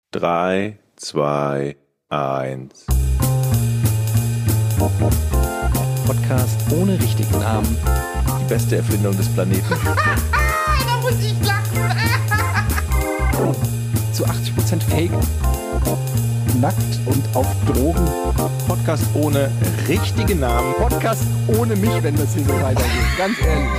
3, 2, 1. Podcast ohne richtigen Namen. Die beste Erfindung des Planeten. Da muss ich lachen. Zu 80% Fake. Nackt und auf Drogen. Podcast ohne richtigen Namen. Podcast ohne mich, wenn das hier so weitergeht. Ganz ehrlich.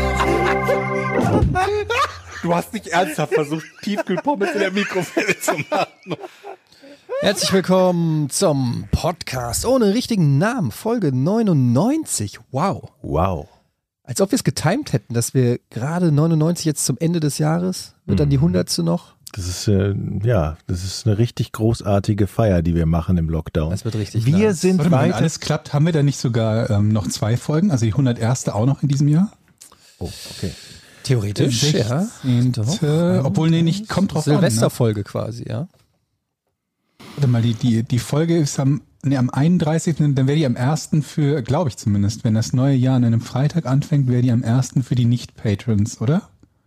Du hast nicht ernsthaft versucht, Tiefkühlpommes in der Mikrowelle zu machen. Herzlich willkommen zum Podcast ohne richtigen Namen. Folge 99. Wow. Wow. Als ob wir es getimed hätten, dass wir gerade 99 jetzt zum Ende des Jahres. Wird dann die 100. noch? Das ist, das ist eine richtig großartige Feier, die wir machen im Lockdown. Das wird richtig Wir nice. sind Warte mal, wenn weiter. alles klappt, haben wir da nicht sogar noch 2 Folgen? Also die 101. auch noch in diesem Jahr? Oh, okay. Theoretisch, ja. 16. Obwohl, nee, nicht, kommt drauf an. Silvesterfolge quasi, ja. Warte mal, die Folge ist am 31., dann wäre die am 1. für, glaube ich zumindest, wenn das neue Jahr an einem Freitag anfängt, wäre die am 1. für die Nicht-Patrons, oder?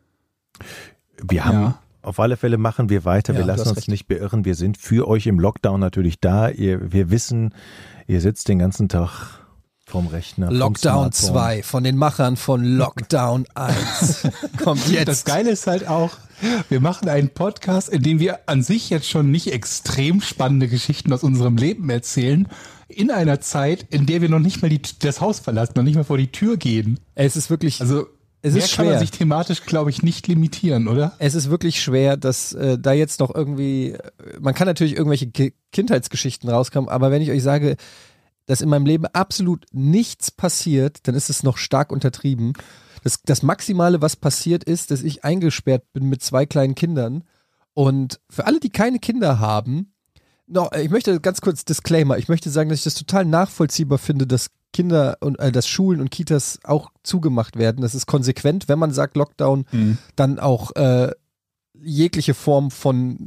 Wir haben, Ja. auf alle Fälle machen wir weiter. Ja, Wir du lassen hast uns recht. nicht beirren. Wir sind für euch im Lockdown natürlich da. Wir wissen, ihr sitzt den ganzen Tag vorm Rechner. vom Lockdown Smartphone. 2 von den Machern von Lockdown 1 kommt jetzt. Das Geile ist halt auch, wir machen einen Podcast, in dem wir an sich jetzt schon nicht extrem spannende Geschichten aus unserem Leben erzählen, in einer Zeit, in der wir noch nicht mal das Haus verlassen, noch nicht mal vor die Tür gehen. Es ist wirklich, Also es mehr ist kann man schwer. sich thematisch, glaube ich, nicht limitieren, oder? Es ist wirklich schwer, dass da jetzt noch irgendwie, man kann natürlich irgendwelche Kindheitsgeschichten rauskommen, aber wenn ich euch sage, dass in meinem Leben absolut nichts passiert, dann ist es noch stark untertrieben. Das Maximale, was passiert ist, dass ich eingesperrt bin mit 2 kleinen Kindern. Und für alle, die keine Kinder haben, ich möchte ganz kurz Disclaimer, ich möchte sagen, dass ich das total nachvollziehbar finde, dass Kinder und dass Schulen und Kitas auch zugemacht werden. Das ist konsequent, wenn man sagt Lockdown, dann auch jegliche Form von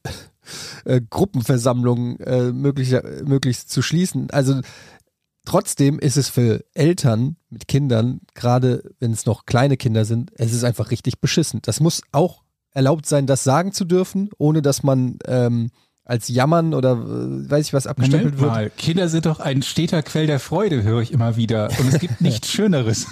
Gruppenversammlungen möglichst zu schließen. Also trotzdem ist es für Eltern mit Kindern, gerade wenn es noch kleine Kinder sind, es ist einfach richtig beschissen. Das muss auch erlaubt sein, das sagen zu dürfen, ohne dass man als Jammern oder weiß ich was abgestempelt Moment wird. mal, Kinder sind doch ein steter Quell der Freude, höre ich immer wieder. Und es gibt nichts Schöneres.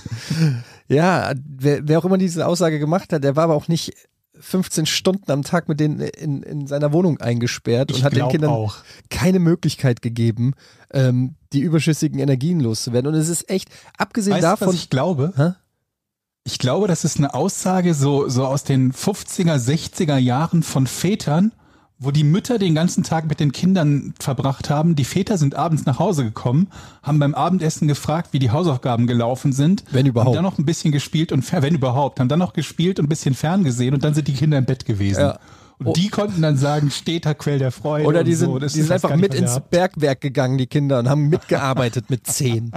Ja, wer auch immer diese Aussage gemacht hat, der war aber auch nicht 15 Stunden am Tag mit denen in seiner Wohnung eingesperrt und Ich hat den glaub Kindern auch. keine Möglichkeit gegeben, die überschüssigen Energien loszuwerden. Und es ist echt, abgesehen Weißt du, davon, was ich glaube? Hä? Ich glaube, das ist eine Aussage so aus den 50er, 60er Jahren von Vätern, wo die Mütter den ganzen Tag mit den Kindern verbracht haben. Die Väter sind abends nach Hause gekommen, haben beim Abendessen gefragt, wie die Hausaufgaben gelaufen sind. Wenn überhaupt. Haben dann noch ein bisschen gespielt und wenn überhaupt, haben dann noch gespielt und ein bisschen ferngesehen und dann sind die Kinder im Bett gewesen. Ja. Und die konnten dann sagen, steter Quell der Freude. oder die und sind, so. Das die sind ist einfach gar nicht mit ins verderbt. Bergwerk gegangen, die Kinder, und haben mitgearbeitet mit 10.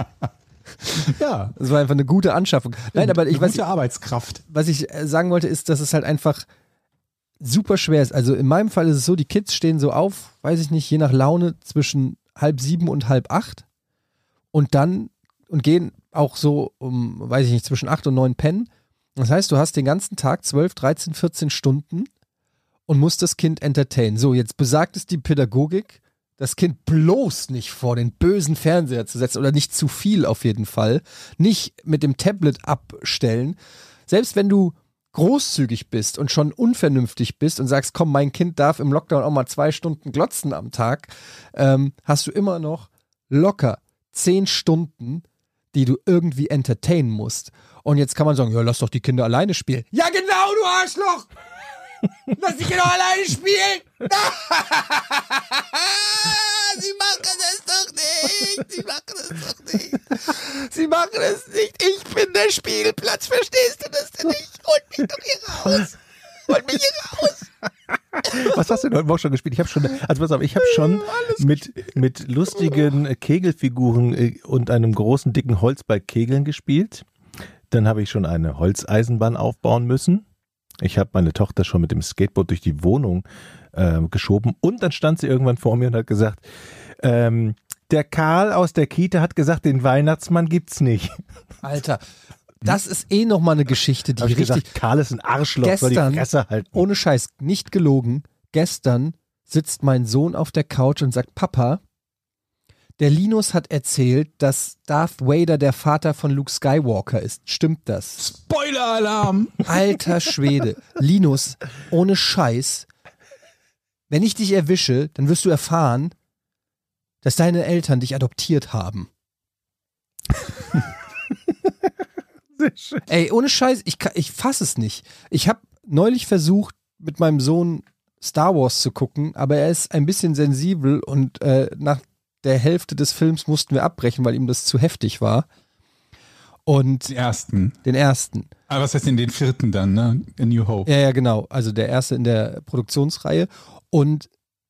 Ja. Das war einfach eine gute Anschaffung. Nein, aber Eine gute Arbeitskraft. was ich sagen wollte, ist, dass es halt einfach super schwer ist. Also in meinem Fall ist es so, die Kids stehen so auf, weiß ich nicht, je nach Laune zwischen 6:30 und 7:30 und gehen auch so weiß ich nicht, zwischen 8 und 9 pennen. Das heißt, du hast den ganzen Tag 12, 13, 14 Stunden und musst das Kind entertainen. So, jetzt besagt es die Pädagogik, das Kind bloß nicht vor den bösen Fernseher zu setzen oder nicht zu viel auf jeden Fall. Nicht mit dem Tablet abstellen. Selbst wenn du großzügig bist und schon unvernünftig bist und sagst, komm, mein Kind darf im Lockdown auch mal 2 Stunden glotzen am Tag, hast du immer noch locker 10 Stunden, die du irgendwie entertainen musst. Und jetzt kann man sagen, ja, lass doch die Kinder alleine spielen. Ja, genau, du Arschloch! Lass die Kinder alleine spielen! Sie machen es doch nicht! Sie machen es doch nicht! Sie machen es nicht! Ich bin der Spielplatz, verstehst du das denn nicht? Holt mich doch hier raus! Holt mich hier raus! Was hast du denn heute Morgen schon gespielt? Ich habe schon mit lustigen Kegelfiguren und einem großen, dicken Holzball Kegeln gespielt. Dann habe ich schon eine Holzeisenbahn aufbauen müssen. Ich habe meine Tochter schon mit dem Skateboard durch die Wohnung geschoben. Und dann stand sie irgendwann vor mir und hat gesagt, der Karl aus der Kita hat gesagt, den Weihnachtsmann gibt's nicht. Alter, das ist nochmal eine Geschichte, die Habe ich richtig... gesagt, Karl ist ein Arschloch, soll die Gestern, Fresse halten. ohne Scheiß, nicht gelogen, gestern sitzt mein Sohn auf der Couch und sagt, Papa, der Linus hat erzählt, dass Darth Vader der Vater von Luke Skywalker ist. Stimmt das? Spoiler-Alarm! Alter Schwede. Linus, ohne Scheiß, wenn ich dich erwische, dann wirst du erfahren, dass deine Eltern dich adoptiert haben. Sehr schön. Ey, ohne Scheiß, ich fass es nicht. Ich habe neulich versucht, mit meinem Sohn Star Wars zu gucken, aber er ist ein bisschen sensibel und nach der Hälfte des Films mussten wir abbrechen, weil ihm das zu heftig war. Und Den ersten. den ersten. Aber was heißt denn den vierten dann, ne? A New Hope. Ja, genau. Also der erste in der Produktionsreihe. Und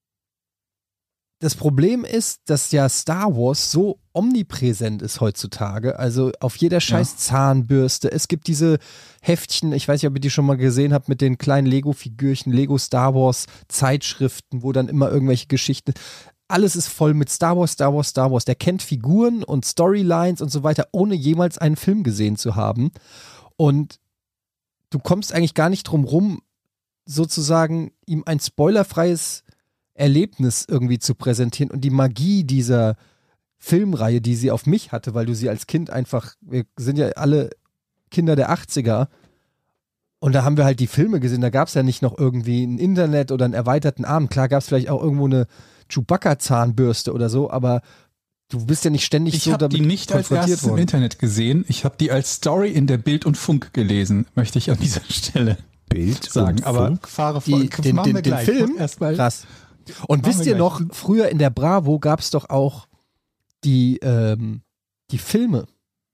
das Problem ist, dass ja Star Wars so omnipräsent ist heutzutage. Also auf jeder scheiß Zahnbürste. Es gibt diese Heftchen, ich weiß nicht, ob ihr die schon mal gesehen habt, mit den kleinen Lego-Figürchen, Lego Star Wars Zeitschriften, wo dann immer irgendwelche Geschichten. Alles ist voll mit Star Wars, Star Wars, Star Wars. Der kennt Figuren und Storylines und so weiter, ohne jemals einen Film gesehen zu haben. Und du kommst eigentlich gar nicht drum rum, sozusagen ihm ein spoilerfreies Erlebnis irgendwie zu präsentieren und die Magie dieser Filmreihe, die sie auf mich hatte, weil du sie als Kind einfach, wir sind ja alle Kinder der 80er und da haben wir halt die Filme gesehen, da gab es ja nicht noch irgendwie ein Internet oder einen erweiterten Arm. Klar gab es vielleicht auch irgendwo eine Chewbacca-Zahnbürste oder so, aber du bist ja nicht ständig Ich so habe damit die nicht als konfrontiert erstes im worden. Internet gesehen. Ich habe die als Story in der Bild und Funk gelesen, möchte ich an dieser Stelle Bild sagen. und Aber Funk. fahre Die, vor. den, Machen wir den gleich. Film, Erstmal. krass. Und Machen wisst wir ihr noch, gleich. früher in der Bravo gab es doch auch die Filme.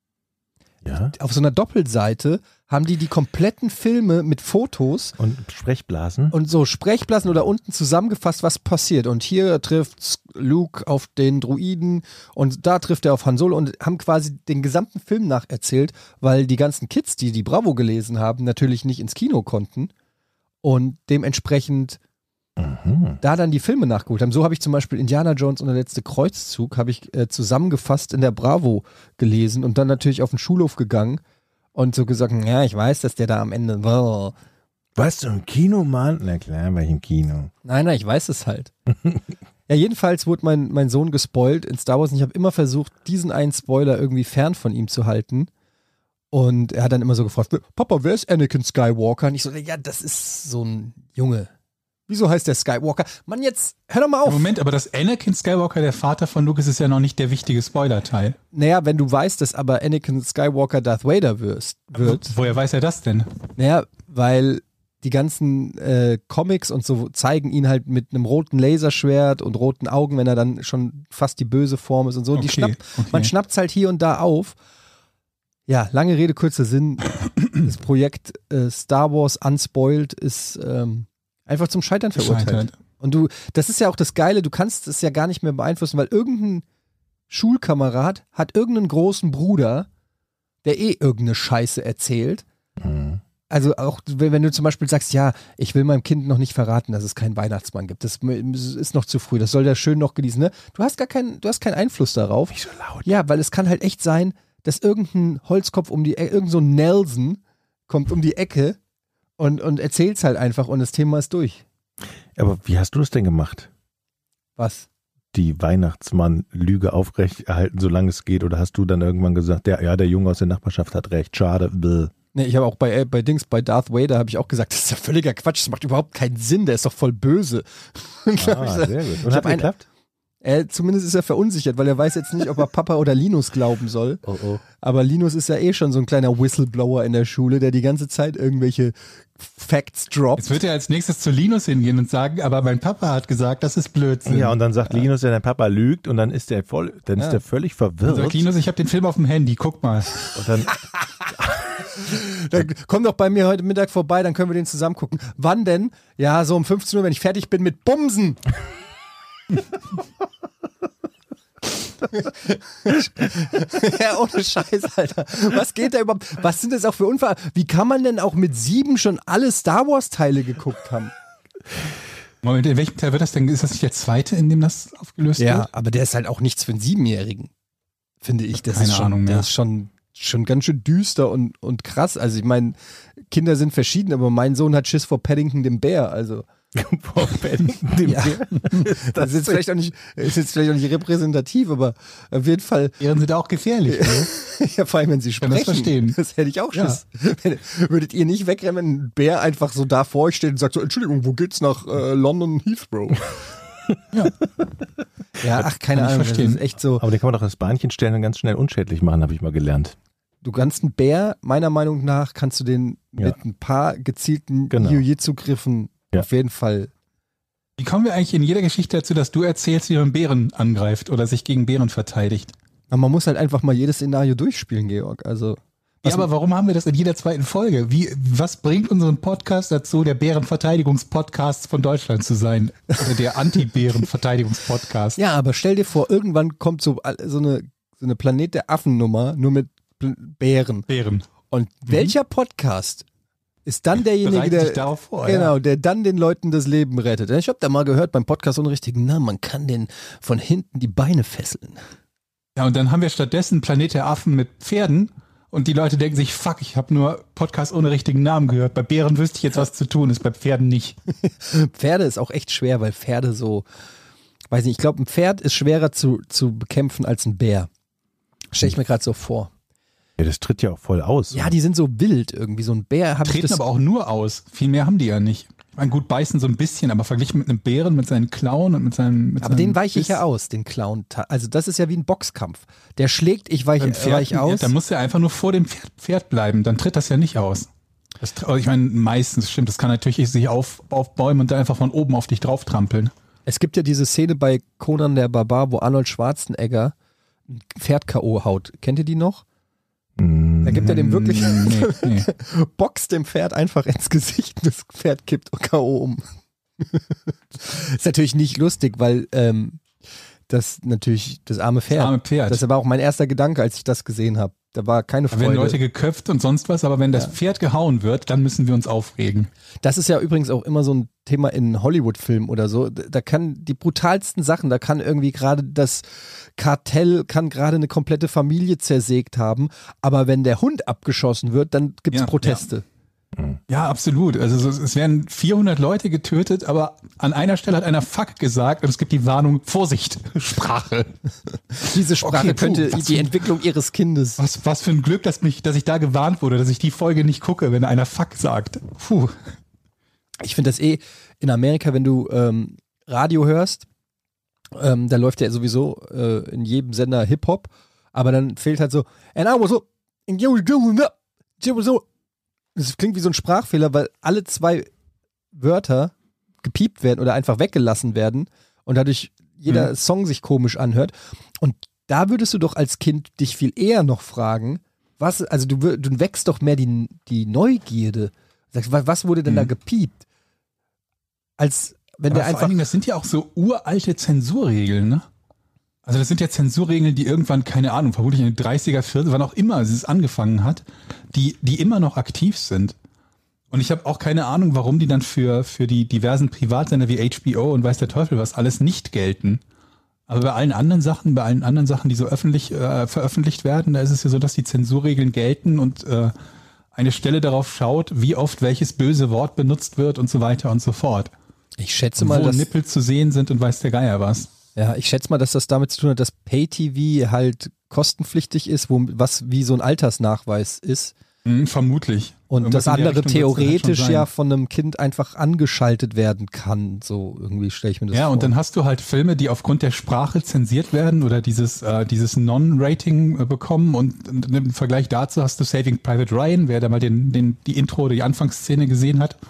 Ja. Auf so einer Doppelseite haben die kompletten Filme mit Fotos Und Sprechblasen. und so Sprechblasen oder unten zusammengefasst, was passiert. Und hier trifft Luke auf den Druiden und da trifft er auf Han Solo und haben quasi den gesamten Film nacherzählt, weil die ganzen Kids, die die Bravo gelesen haben, natürlich nicht ins Kino konnten und dementsprechend da dann die Filme nachgeholt haben. So habe ich zum Beispiel Indiana Jones und der letzte Kreuzzug habe ich zusammengefasst in der Bravo gelesen und dann natürlich auf den Schulhof gegangen und so gesagt, ja, ich weiß, dass der da am Ende war. Warst du im Kino, Mann? Na klar, war ich im Kino. Nein, ich weiß es halt. Ja, jedenfalls wurde mein Sohn gespoilt in Star Wars und ich habe immer versucht, diesen einen Spoiler irgendwie fern von ihm zu halten. Und er hat dann immer so gefragt, Papa, wer ist Anakin Skywalker? Und ich so, ja, das ist so ein Junge. Wieso heißt der Skywalker? Mann, jetzt hör doch mal auf. Moment, aber dass Anakin Skywalker der Vater von Luke ist, ist ja noch nicht der wichtige Spoiler-Teil. Naja, wenn du weißt, dass aber Anakin Skywalker Darth Vader wird. Woher weiß er das denn? Naja, weil die ganzen Comics und so zeigen ihn halt mit einem roten Laserschwert und roten Augen, wenn er dann schon fast die böse Form ist und so. Okay. Man schnappt es halt hier und da auf. Ja, lange Rede, kurzer Sinn. Das Projekt Star Wars Unspoiled ist einfach zum Scheitern verurteilt. Gescheitert. Und das ist ja auch das Geile, du kannst es ja gar nicht mehr beeinflussen, weil irgendein Schulkamerad hat irgendeinen großen Bruder, der irgendeine Scheiße erzählt. Also auch, wenn du zum Beispiel sagst, ja, ich will meinem Kind noch nicht verraten, dass es keinen Weihnachtsmann gibt. Das ist noch zu früh, das soll der schön noch genießen. Ne? Du hast keinen Einfluss darauf. Nicht so laut. Ja, weil es kann halt echt sein, dass irgendein Holzkopf irgend so ein Nelson kommt um die Ecke und erzählt's halt einfach und das Thema ist durch. Aber wie hast du das denn gemacht? Was? Die Weihnachtsmann-Lüge aufrechterhalten, solange es geht? Oder hast du dann irgendwann gesagt, der Junge aus der Nachbarschaft hat recht, schade, bläh. Ne, ich habe auch bei Darth Vader habe ich auch gesagt, das ist ja völliger Quatsch, das macht überhaupt keinen Sinn, der ist doch voll böse. Ah, sehr gut. Und hat geklappt? Zumindest ist er verunsichert, weil er weiß jetzt nicht, ob er Papa oder Linus glauben soll. Oh. Aber Linus ist ja schon so ein kleiner Whistleblower in der Schule, der die ganze Zeit irgendwelche Facts droppt. Jetzt wird er als nächstes zu Linus hingehen und sagen, aber mein Papa hat gesagt, das ist Blödsinn. Ja, und dann sagt Linus, ja, dein Papa lügt und dann ist der völlig Dann verwirrt. sagt Linus, ich habe den Film auf dem Handy, guck mal. Und dann, Dann komm doch bei mir heute Mittag vorbei, dann können wir den zusammen gucken. Wann denn? Ja, so um 15 Uhr, wenn ich fertig bin mit Bumsen. Ja, ohne Scheiß, Alter. Was geht da überhaupt? Was sind das auch für Unfall? Wie kann man denn auch mit 7 schon alle Star Wars Teile geguckt haben? Moment, in welchem Teil wird das denn? Ist das nicht der zweite, in dem das aufgelöst Ja, wird? aber der ist halt auch nichts für einen 7-Jährigen. Finde ich. Das Keine ist schon, Ahnung mehr. der ist schon ganz schön düster und krass. Also ich meine, Kinder sind verschieden, aber mein Sohn hat Schiss vor Paddington dem Bär. Also Vor Paddington, dem Ja. Bär. Das ist jetzt vielleicht auch nicht repräsentativ, aber auf jeden Fall, Bären sind auch gefährlich. Ne? ja, vor allem, wenn sie Kann sprechen. das verstehen. Das hätte ich auch Schiss. Würdet ihr nicht wegrennen, wenn ein Bär einfach so da vor euch steht und sagt so, Entschuldigung, wo geht's nach London Heathrow? Ja, ach, keine Kann ich Ahnung, das verstehen. ist echt so. Aber den kann man doch das Beinchen stellen und ganz schnell unschädlich machen, habe ich mal gelernt. Du kannst einen Bär, meiner Meinung nach, kannst du den Ja. mit ein paar gezielten Genau. Jiu-Jitsu-Griffen Ja. auf jeden Fall. Wie kommen wir eigentlich in jeder Geschichte dazu, dass du erzählst, wie man Bären angreift oder sich gegen Bären verteidigt? Aber man muss halt einfach mal jedes Szenario durchspielen, Georg. Also, Ja, aber warum haben wir das in jeder zweiten Folge? Was bringt unseren Podcast dazu, der Bärenverteidigungspodcast von Deutschland zu sein? Oder der Anti-Bären-Verteidigungspodcast? ja, aber stell dir vor, irgendwann kommt so eine Planet der Affen-Nummer, nur mit Bären. Bären. Und welcher Podcast ist dann derjenige, Bereite der dich darauf vor, genau, ja. der dann den Leuten das Leben rettet? Ich habe da mal gehört beim Podcast Unrichtigen, man kann den von hinten die Beine fesseln. Ja, und dann haben wir stattdessen Planet der Affen mit Pferden und die Leute denken sich, fuck, ich habe nur Podcast ohne richtigen Namen gehört. Bei Bären wüsste ich jetzt, was zu tun ist, bei Pferden nicht. Pferde ist auch echt schwer, weil Pferde so, weiß nicht, ich glaube, ein Pferd ist schwerer zu bekämpfen als ein Bär. Stell ich mir gerade so vor. Ja, das tritt ja auch voll aus. Ja, die sind so wild irgendwie. So ein Bär habe ich Treten das. aber auch nur aus. Viel mehr haben die ja nicht. Mein gut beißen so ein bisschen, aber verglichen mit einem Bären, mit seinen Klauen und mit seinem Aber den weiche ich Biss. ja aus, den Clown. Also das ist ja wie ein Boxkampf. Der schlägt, ich weiche Ja, aus. dann muss er einfach nur vor dem Pferd bleiben, dann tritt das ja nicht aus. Ich meine, meistens stimmt, das kann natürlich sich aufbäumen und dann einfach von oben auf dich drauf trampeln. Es gibt ja diese Szene bei Conan der Barbar, wo Arnold Schwarzenegger ein Pferd K.O. haut. Kennt ihr die noch? Da gibt er dem wirklich, Nee. boxt dem Pferd einfach ins Gesicht und das Pferd kippt K.O. um. Ist natürlich nicht lustig, weil das natürlich das arme Pferd. Das arme Pferd. Das war auch mein erster Gedanke, als ich das gesehen habe. Da war keine Da werden Freude. Leute geköpft und sonst was, aber wenn das Pferd gehauen wird, dann müssen wir uns aufregen. Das ist ja übrigens auch immer so ein Thema in Hollywood-Filmen oder so. Da kann die brutalsten Sachen, da kann irgendwie gerade das Kartell, kann gerade eine komplette Familie zersägt haben, aber wenn der Hund abgeschossen wird, dann gibt es Ja, Proteste. Ja, absolut. Also es werden 400 Leute getötet, aber an einer Stelle hat einer Fuck gesagt und es gibt die Warnung, Vorsicht, Sprache. Diese Sprache Okay, puh, könnte was die für- Entwicklung ihres Kindes. Was für ein Glück, dass ich da gewarnt wurde, dass ich die Folge nicht gucke, wenn einer Fuck sagt. Puh. Ich finde das in Amerika, wenn du Radio hörst, da läuft ja sowieso in jedem Sender Hip-Hop, aber dann fehlt halt so, and I was so. Das klingt wie so ein Sprachfehler, weil alle zwei Wörter gepiept werden oder einfach weggelassen werden und dadurch jeder Song sich komisch anhört. Und da würdest du doch als Kind dich viel eher noch fragen, was, also du wächst doch mehr die Neugierde. Sagst, was wurde denn da gepiept? Als wenn Aber der vor einfach. allen Dingen, das sind ja auch so uralte Zensurregeln, ne? Also das sind ja Zensurregeln, die irgendwann, keine Ahnung, vermutlich in den 30er, 40er, wann auch immer es angefangen hat, die immer noch aktiv sind. Und ich habe auch keine Ahnung, warum die dann für die diversen Privatsender wie HBO und weiß der Teufel was alles nicht gelten. Aber bei allen anderen Sachen, die so öffentlich veröffentlicht werden, da ist es ja so, dass die Zensurregeln gelten und eine Stelle darauf schaut, wie oft welches böse Wort benutzt wird und so weiter und so fort. Ich schätze mal, Wo dass, Nippel zu sehen sind und weiß der Geier was. ja, ich schätze mal, dass das damit zu tun hat, dass Pay-TV halt kostenpflichtig ist, was wie so ein Altersnachweis ist. Vermutlich. Und Irgendwas das in der andere Richtung wird's dann halt theoretisch schon sein. ja von einem Kind einfach angeschaltet werden kann. So irgendwie stelle ich mir das Ja, vor. und dann hast du halt Filme, die aufgrund der Sprache zensiert werden oder dieses Non-Rating bekommen und im Vergleich dazu hast du Saving Private Ryan, wer da mal die Intro oder die Anfangsszene gesehen hat,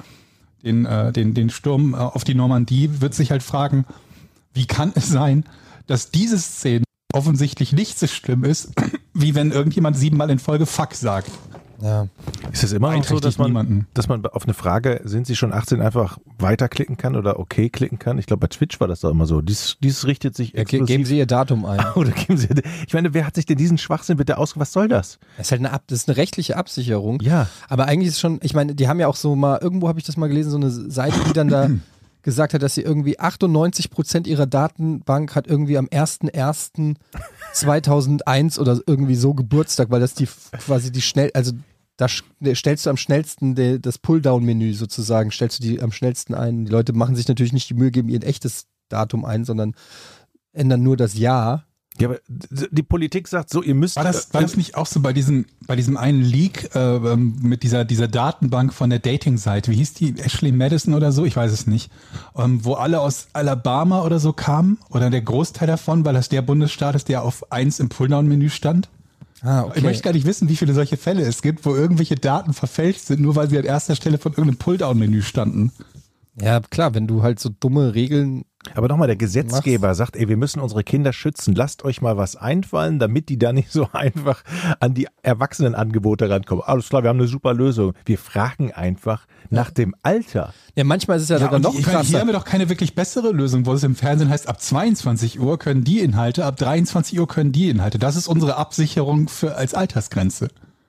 den Sturm auf die Normandie, wird sich halt fragen, wie kann es sein, dass diese Szene offensichtlich nicht so schlimm ist, wie wenn irgendjemand 7-mal in Folge Fuck sagt. ja. Ist es immer noch so, dass niemanden. man auf eine Frage, sind Sie schon 18, einfach weiterklicken kann oder okay klicken kann? Ich glaube, bei Twitch war das doch immer so. Dies richtet sich Ja, geben Sie Ihr Datum ein. Oder geben Sie, ich meine, wer hat sich denn diesen Schwachsinn bitte ausgedacht? Was soll das? Das ist halt das ist eine rechtliche Absicherung. Ja. Aber eigentlich ist schon, ich meine, die haben ja auch so mal, irgendwo habe ich das mal gelesen, so eine Seite, die dann da gesagt hat, dass sie irgendwie 98% ihrer Datenbank hat irgendwie am 01.01.2001 oder irgendwie so Geburtstag, weil das quasi Da stellst du am schnellsten das Pulldown-Menü sozusagen, stellst du die am schnellsten ein. Die Leute machen sich natürlich nicht die Mühe, geben ihr echtes Datum ein, sondern ändern nur das Jahr. Ja, aber die Politik sagt so, ihr müsst... War das nicht auch so bei diesem einen Leak mit dieser Datenbank von der Dating-Seite? Wie hieß die? Ashley Madison oder so? Ich weiß es nicht. Wo alle aus Alabama oder so kamen? Oder der Großteil davon, weil das der Bundesstaat ist, der auf 1 im Pulldown-Menü stand? Okay. Ich möchte gar nicht wissen, wie viele solche Fälle es gibt, wo irgendwelche Daten verfälscht sind, nur weil sie an erster Stelle von irgendeinem Pulldown-Menü standen. Ja, klar, wenn du halt so dumme Regeln... Aber nochmal, der Gesetzgeber sagt, wir müssen unsere Kinder schützen. Lasst euch mal was einfallen, damit die da nicht so einfach an die Erwachsenenangebote rankommen. Alles klar, wir haben eine super Lösung. Wir fragen einfach nach dem Alter. Ja, manchmal ist es ja sogar noch krasser. Hier haben wir doch keine wirklich bessere Lösung, wo es im Fernsehen heißt, ab 22 Uhr können die Inhalte, ab 23 Uhr können die Inhalte. Das ist unsere Absicherung als Altersgrenze.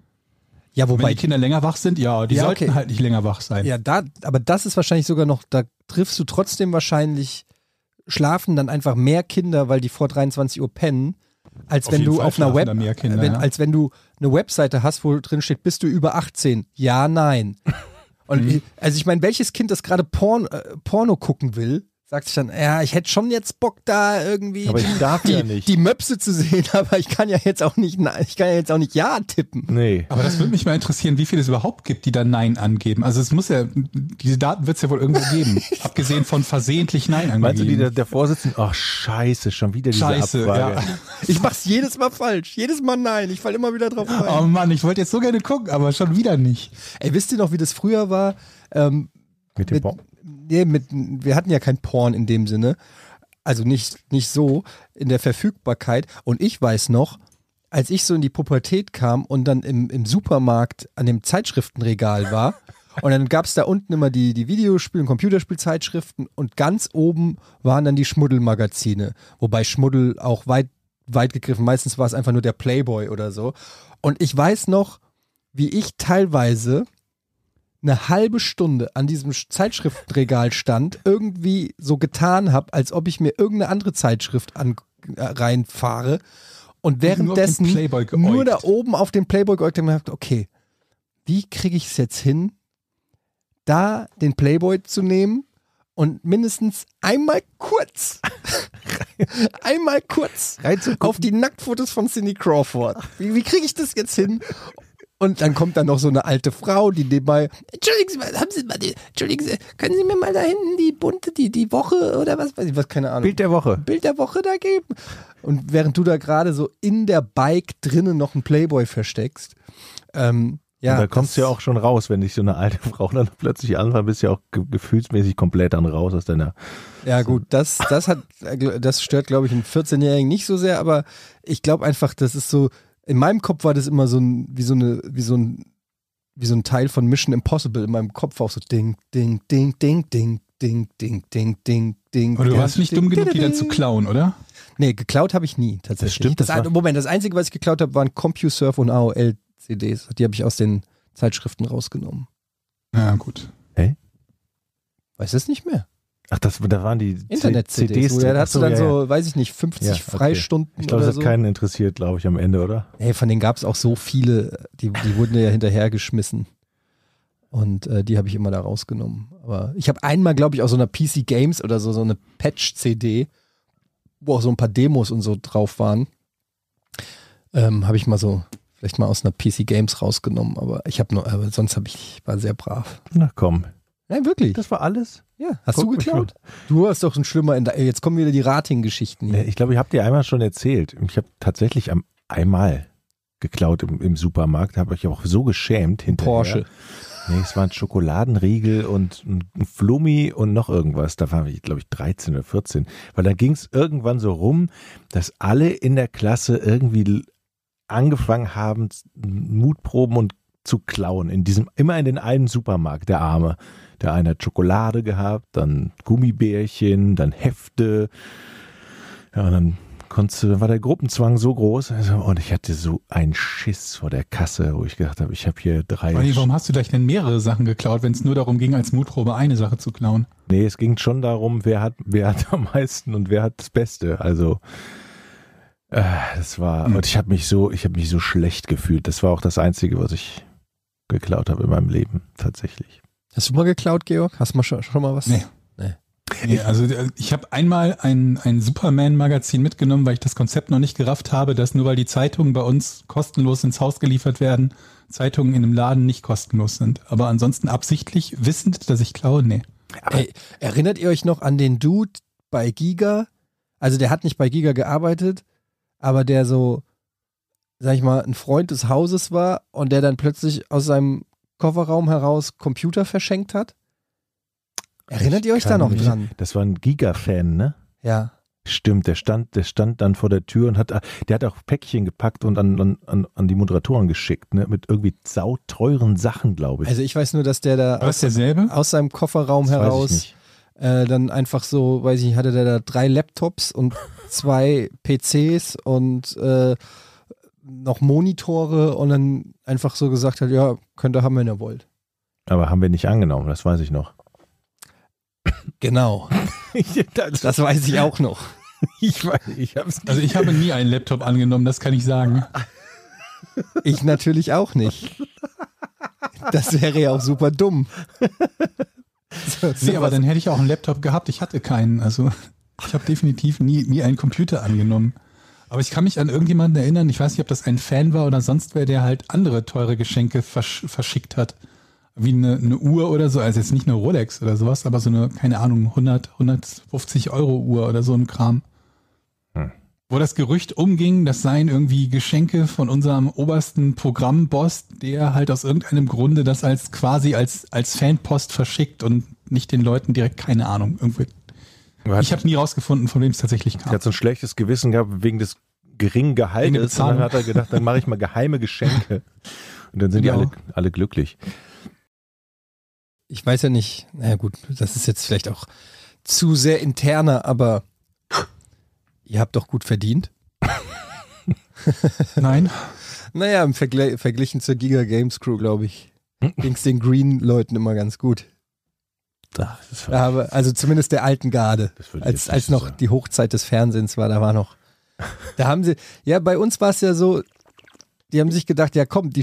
Ja, wobei wenn die Kinder länger wach sind, die sollten halt nicht länger wach sein. Ja, aber das ist wahrscheinlich sogar noch, da triffst du trotzdem wahrscheinlich, schlafen dann einfach mehr Kinder, weil die vor 23 Uhr pennen, als wenn du auf einer als wenn du eine Webseite hast, wo drin steht, bist du über 18? Ja, nein. Und also ich meine, welches Kind, das gerade Porno gucken will, sagt sich dann, ja, ich hätte schon jetzt Bock da irgendwie aber ich darf ja nicht. Die Möpse zu sehen, aber ich kann ja jetzt auch nicht Ja tippen. Nee. Aber das würde mich mal interessieren, wie viele es überhaupt gibt, die da Nein angeben. Also es muss ja, diese Daten wird es ja wohl irgendwo geben. Abgesehen von versehentlich Nein angeben. Meinst du, der Vorsitzende, ach scheiße, schon wieder diese Abfrage. Ja. Ich mach's jedes Mal falsch. Jedes Mal nein. Ich fall immer wieder drauf rein. Oh Mann, ich wollte jetzt so gerne gucken, aber schon wieder nicht. Ey, wisst ihr noch, wie das früher war? Mit dem Porn? Nee, wir hatten ja kein Porn in dem Sinne. Also nicht so in der Verfügbarkeit. Und ich weiß noch, als ich so in die Pubertät kam und dann im Supermarkt an dem Zeitschriftenregal war und dann gab es da unten immer die Videospiel- und Computerspielzeitschriften und ganz oben waren dann die Schmuddelmagazine. Wobei Schmuddel auch weit gegriffen, meistens war es einfach nur der Playboy oder so. Und ich weiß noch, wie ich teilweise eine halbe Stunde an diesem Zeitschriftenregal stand, irgendwie so getan habe, als ob ich mir irgendeine andere Zeitschrift reinfahre und währenddessen nur da oben auf den Playboy geäugt habe und gedacht, okay, wie kriege ich es jetzt hin, da den Playboy zu nehmen und mindestens einmal kurz auf die Nacktfotos von Cindy Crawford. Wie kriege ich das jetzt hin? Und dann kommt dann noch so eine alte Frau, die nebenbei, Entschuldigen Sie, können Sie mir mal da hinten die bunte, die Woche oder was weiß ich, was, keine Ahnung. Bild der Woche da geben. Und während du da gerade so in der Bike drinnen noch einen Playboy versteckst, ja. Da kommst du ja auch schon raus, wenn dich so eine alte Frau dann plötzlich anfängt, bist du ja auch gefühlsmäßig komplett dann raus aus deiner... Ja gut, das stört, glaube ich, einen 14-Jährigen nicht so sehr, aber ich glaube einfach, das ist so, in meinem Kopf war das immer so wie so ein Teil von Mission Impossible in meinem Kopf auch so ding, ding, ding, ding, ding, ding, ding, ding, ding, ding. Aber du warst nicht dumm genug, die dann zu klauen, oder? Nee, geklaut habe ich nie, tatsächlich. Das stimmt. Das Einzige, was ich geklaut habe, waren CompuServe und AOL-CDs. Die habe ich aus den Zeitschriften rausgenommen. Ja, gut. Hey? Weiß es nicht mehr. Ach, da waren die Internet-CDs. Da hast du dann so, weiß ich nicht, 50 Freistunden Ich glaube, oder das so. hat keinen interessiert, glaube ich, am Ende, oder? Hey, von denen gab es auch so viele, die wurden ja hinterhergeschmissen. Und die habe ich immer da rausgenommen. Aber ich habe einmal, glaube ich, aus so einer PC Games oder so eine Patch-CD, wo auch so ein paar Demos und so drauf waren, habe ich vielleicht mal aus einer PC Games rausgenommen. Aber sonst war sehr brav. Na komm. Nein, wirklich. Das war alles? Ja. Hast du geklaut? Du hast doch ein schlimmer, jetzt kommen wieder die Rating-Geschichten hier. Ich glaube, ich habe dir einmal schon erzählt. Ich habe tatsächlich einmal geklaut im Supermarkt, habe ich auch so geschämt hinterher. Porsche. Nee, es waren Schokoladenriegel und ein Flummi und noch irgendwas. Da war ich, glaube ich, 13 oder 14. Weil da ging es irgendwann so rum, dass alle in der Klasse irgendwie angefangen haben, Mutproben und zu klauen. Immer in den einen Supermarkt, der Arme. Der eine hat Schokolade gehabt, dann Gummibärchen, dann Hefte. Ja, und dann war der Gruppenzwang so groß. Und ich hatte so einen Schiss vor der Kasse, wo ich gedacht habe, ich habe hier 3... Warum hast du gleich denn mehrere Sachen geklaut, wenn es nur darum ging, als Mutprobe eine Sache zu klauen? Nee, es ging schon darum, wer hat am meisten und wer hat das Beste. Also das war... Und ich habe mich so schlecht gefühlt. Das war auch das Einzige, was ich geklaut habe in meinem Leben, tatsächlich. Hast du mal geklaut, Georg? Hast du mal schon mal was? Nee. Nee, also ich habe einmal ein Superman-Magazin mitgenommen, weil ich das Konzept noch nicht gerafft habe, dass nur weil die Zeitungen bei uns kostenlos ins Haus geliefert werden, Zeitungen in einem Laden nicht kostenlos sind. Aber ansonsten absichtlich, wissend, dass ich klaue, nee. Ey, erinnert ihr euch noch an den Dude bei Giga? Also der hat nicht bei Giga gearbeitet, aber der so, sag ich mal, ein Freund des Hauses war und der dann plötzlich aus seinem Kofferraum heraus Computer verschenkt hat? Erinnert ihr euch da noch dran? Das war ein Giga-Fan, ne? Ja. Stimmt, der stand dann vor der Tür und der hat auch Päckchen gepackt und an die Moderatoren geschickt, ne? Mit irgendwie sauteuren Sachen, glaube ich. Also ich weiß nur, dass der da Was derselbe? aus seinem Kofferraum Das weiß ich heraus nicht. dann einfach so, weiß ich nicht, hatte der da 3 Laptops und 2 PCs und noch Monitore und dann einfach so gesagt hat, ja, könnt ihr haben, wenn ihr wollt. Aber haben wir nicht angenommen, das weiß ich noch. Genau. Das weiß ich auch noch. Ich hab's nicht. Also ich habe nie einen Laptop angenommen, das kann ich sagen. Ich natürlich auch nicht. Das wäre ja auch super dumm. Nee, aber dann hätte ich auch einen Laptop gehabt. Ich hatte keinen. Also ich habe definitiv nie einen Computer angenommen. Aber ich kann mich an irgendjemanden erinnern, ich weiß nicht, ob das ein Fan war oder sonst wer, der halt andere teure Geschenke verschickt hat. Wie eine Uhr oder so, also jetzt nicht eine Rolex oder sowas, aber so eine, keine Ahnung, 150 Euro Uhr oder so ein Kram. Wo das Gerücht umging, das seien irgendwie Geschenke von unserem obersten Programmboss, der halt aus irgendeinem Grunde das quasi als Fanpost verschickt und nicht den Leuten direkt, keine Ahnung, irgendwie. Ich habe nie rausgefunden, von wem es tatsächlich kam. Er hat so ein schlechtes Gewissen gehabt wegen des geringen Gehaltes und dann hat er gedacht, dann mache ich mal geheime Geschenke. Und dann sind die alle glücklich. Ich weiß ja nicht, naja gut, das ist jetzt vielleicht auch zu sehr interner, aber ihr habt doch gut verdient. Nein. Naja, im verglichen zur Giga Games Crew, glaube ich, ging es den Green-Leuten immer ganz gut. Aber, also zumindest der alten Garde, als noch die Hochzeit des Fernsehens war, da haben sie, ja, bei uns war es ja so, die haben sich gedacht, ja komm,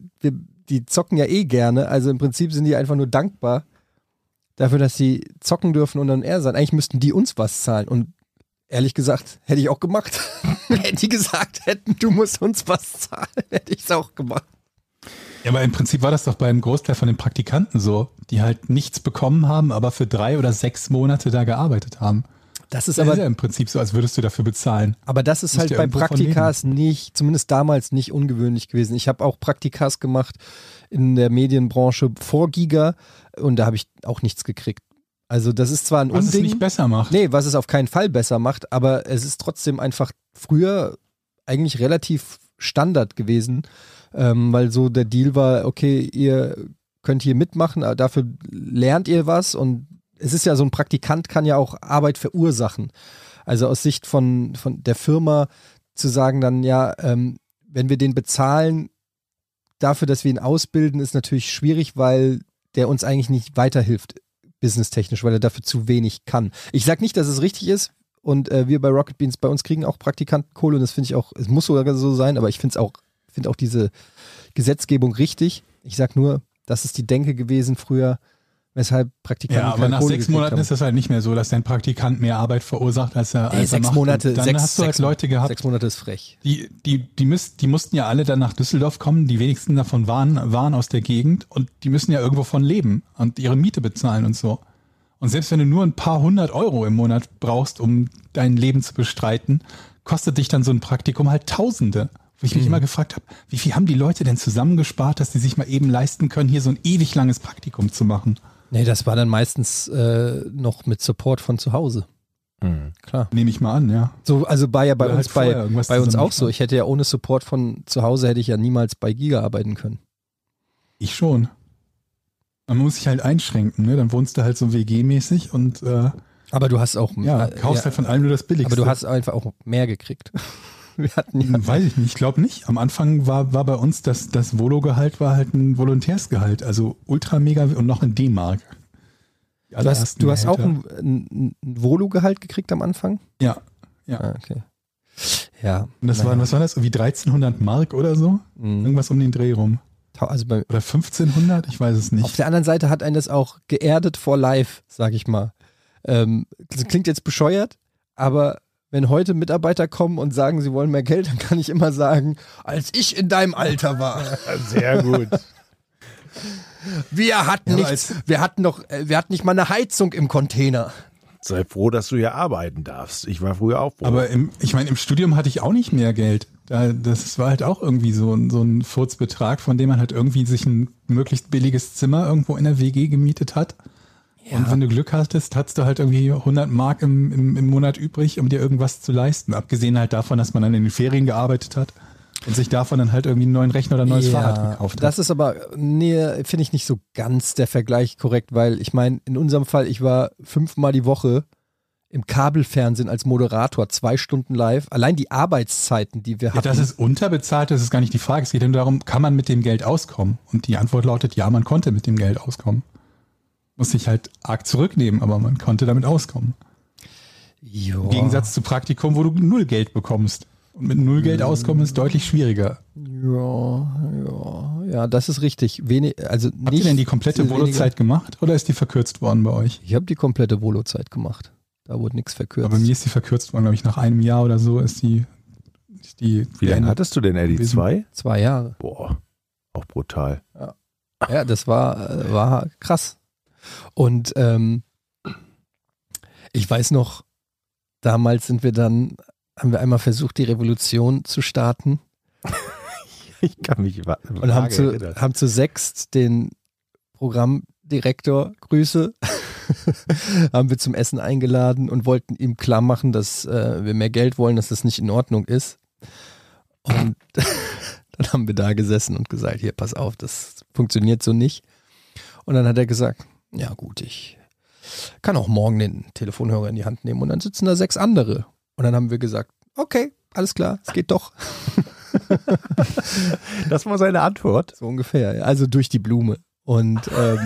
die zocken ja eh gerne, also im Prinzip sind die einfach nur dankbar dafür, dass sie zocken dürfen und dann er sein. Eigentlich müssten die uns was zahlen und ehrlich gesagt, hätte ich auch gemacht. Wenn die gesagt hätten, du musst uns was zahlen, hätte ich es auch gemacht. Ja, aber im Prinzip war das doch beim Großteil von den Praktikanten so, die halt nichts bekommen haben, aber für 3 oder 6 Monate da gearbeitet haben. Das ist Das aber ist ja im Prinzip so, als würdest du dafür bezahlen. Aber das ist Musst halt ja bei irgendwo von Praktikas nicht, zumindest damals nicht ungewöhnlich gewesen. Ich habe auch Praktikas gemacht in der Medienbranche vor Giga und da habe ich auch nichts gekriegt. Also das ist zwar ein Was Unding. es nicht besser macht. Nee, was es auf keinen Fall besser macht, aber es ist trotzdem einfach früher eigentlich relativ Standard gewesen, weil so der Deal war, okay, ihr könnt hier mitmachen, aber dafür lernt ihr was und es ist ja so, ein Praktikant kann ja auch Arbeit verursachen. Also aus Sicht von der Firma zu sagen dann, ja, wenn wir den bezahlen dafür, dass wir ihn ausbilden, ist natürlich schwierig, weil der uns eigentlich nicht weiterhilft, businesstechnisch, weil er dafür zu wenig kann. Ich sag nicht, dass es richtig ist und wir bei Rocket Beans, bei uns kriegen auch Praktikantenkohle und das finde ich auch, es muss sogar so sein, aber ich finde auch diese Gesetzgebung richtig. Ich sag nur, das ist die Denke gewesen früher, weshalb Praktikanten Ja, aber nach Kohle 6 gekriegt Monaten haben. ist es halt nicht mehr so, dass dein Praktikant mehr Arbeit verursacht, als er 6 macht. Monate, Und dann hast du halt Leute gehabt, 6 Monate ist frech. die mussten ja alle dann nach Düsseldorf kommen, die wenigsten davon waren aus der Gegend und die müssen ja irgendwo von leben und ihre Miete bezahlen und so. Und selbst wenn du nur ein paar 100 Euro im Monat brauchst, um dein Leben zu bestreiten, kostet dich dann so ein Praktikum halt Tausende. Wo ich mich immer gefragt habe, wie viel haben die Leute denn zusammengespart, dass die sich mal eben leisten können, hier so ein ewig langes Praktikum zu machen? Nee, das war dann meistens noch mit Support von zu Hause. Klar. Nehme ich mal an, ja. So, also war ja bei Oder uns, halt vorher irgendwas bei uns zusammen auch so. Ich hätte ja ohne Support von zu Hause, hätte ich ja niemals bei Giga arbeiten können. Ich schon. Man muss sich halt einschränken, ne? Dann wohnst du halt so WG-mäßig und Aber du hast auch kaufst halt von allem nur das Billigste. aber du hast einfach auch mehr gekriegt. Wir hatten ja Weiß ich nicht, ich glaube nicht. Am Anfang war bei uns das Volo-Gehalt war halt ein Volontärsgehalt, also ultra mega und noch in D-Mark. du hast auch ein Volo-Gehalt gekriegt am Anfang? Ja. Ah, okay. Ja. Und das waren, was war das? Irgendwie 1300 Mark oder so? Irgendwas um den Dreh rum. Also bei, Oder 1500? Ich weiß es nicht. auf der anderen Seite hat einen das auch geerdet for life, sag ich mal. Das klingt jetzt bescheuert, aber wenn heute Mitarbeiter kommen und sagen, sie wollen mehr Geld, dann kann ich immer sagen, als ich in deinem Alter war. Sehr gut. Wir hatten nicht mal eine Heizung im Container. Sei froh, dass du hier arbeiten darfst. Ich war früher auch froh. Aber im Studium hatte ich auch nicht mehr Geld. Das war halt auch irgendwie so ein Furzbetrag, von dem man halt irgendwie sich ein möglichst billiges Zimmer irgendwo in der WG gemietet hat. Ja. Und wenn du Glück hattest, hattest du halt irgendwie 100 Mark im Monat übrig, um dir irgendwas zu leisten. Abgesehen halt davon, dass man dann in den Ferien gearbeitet hat und sich davon dann halt irgendwie einen neuen Rechner oder ein neues Fahrrad gekauft hat. Das ist aber, finde ich nicht so ganz der Vergleich korrekt, weil ich meine, in unserem Fall, ich war 5-mal die Woche im Kabelfernsehen als Moderator, 2 Stunden live. Allein die Arbeitszeiten, die wir hatten. Ja, das ist unterbezahlt, das ist gar nicht die Frage. Es geht nur darum, kann man mit dem Geld auskommen? Und die Antwort lautet, ja, man konnte mit dem Geld auskommen. Muss sich halt arg zurücknehmen, aber man konnte damit auskommen. Jo. Im Gegensatz zu Praktikum, wo du 0 Geld bekommst. Und mit 0 Geld auskommen ist deutlich schwieriger. Ja, das ist richtig. Habt ihr denn die komplette Volozeit gemacht oder ist die verkürzt worden bei euch? Ich habe die komplette Volozeit gemacht. Da wurde nichts verkürzt. Aber bei mir ist die verkürzt worden, glaube ich, nach einem Jahr oder so ist die Wie lange hattest du denn, Eddie? 2? 2 Jahre. Boah, auch brutal. Ja, das war krass. Und ich weiß noch, damals haben wir einmal versucht, die Revolution zu starten. Ich kann mich und haben zu 6 den Programmdirektor, Grüße, haben wir zum Essen eingeladen und wollten ihm klar machen, dass wir mehr Geld wollen, dass das nicht in Ordnung ist. Und dann haben wir da gesessen und gesagt, hier, pass auf, das funktioniert so nicht. Und dann hat er gesagt, ja gut, ich kann auch morgen den Telefonhörer in die Hand nehmen und dann sitzen da 6 andere. Und dann haben wir gesagt, okay, alles klar, es geht doch. Das war seine Antwort? So ungefähr, also durch die Blume. Und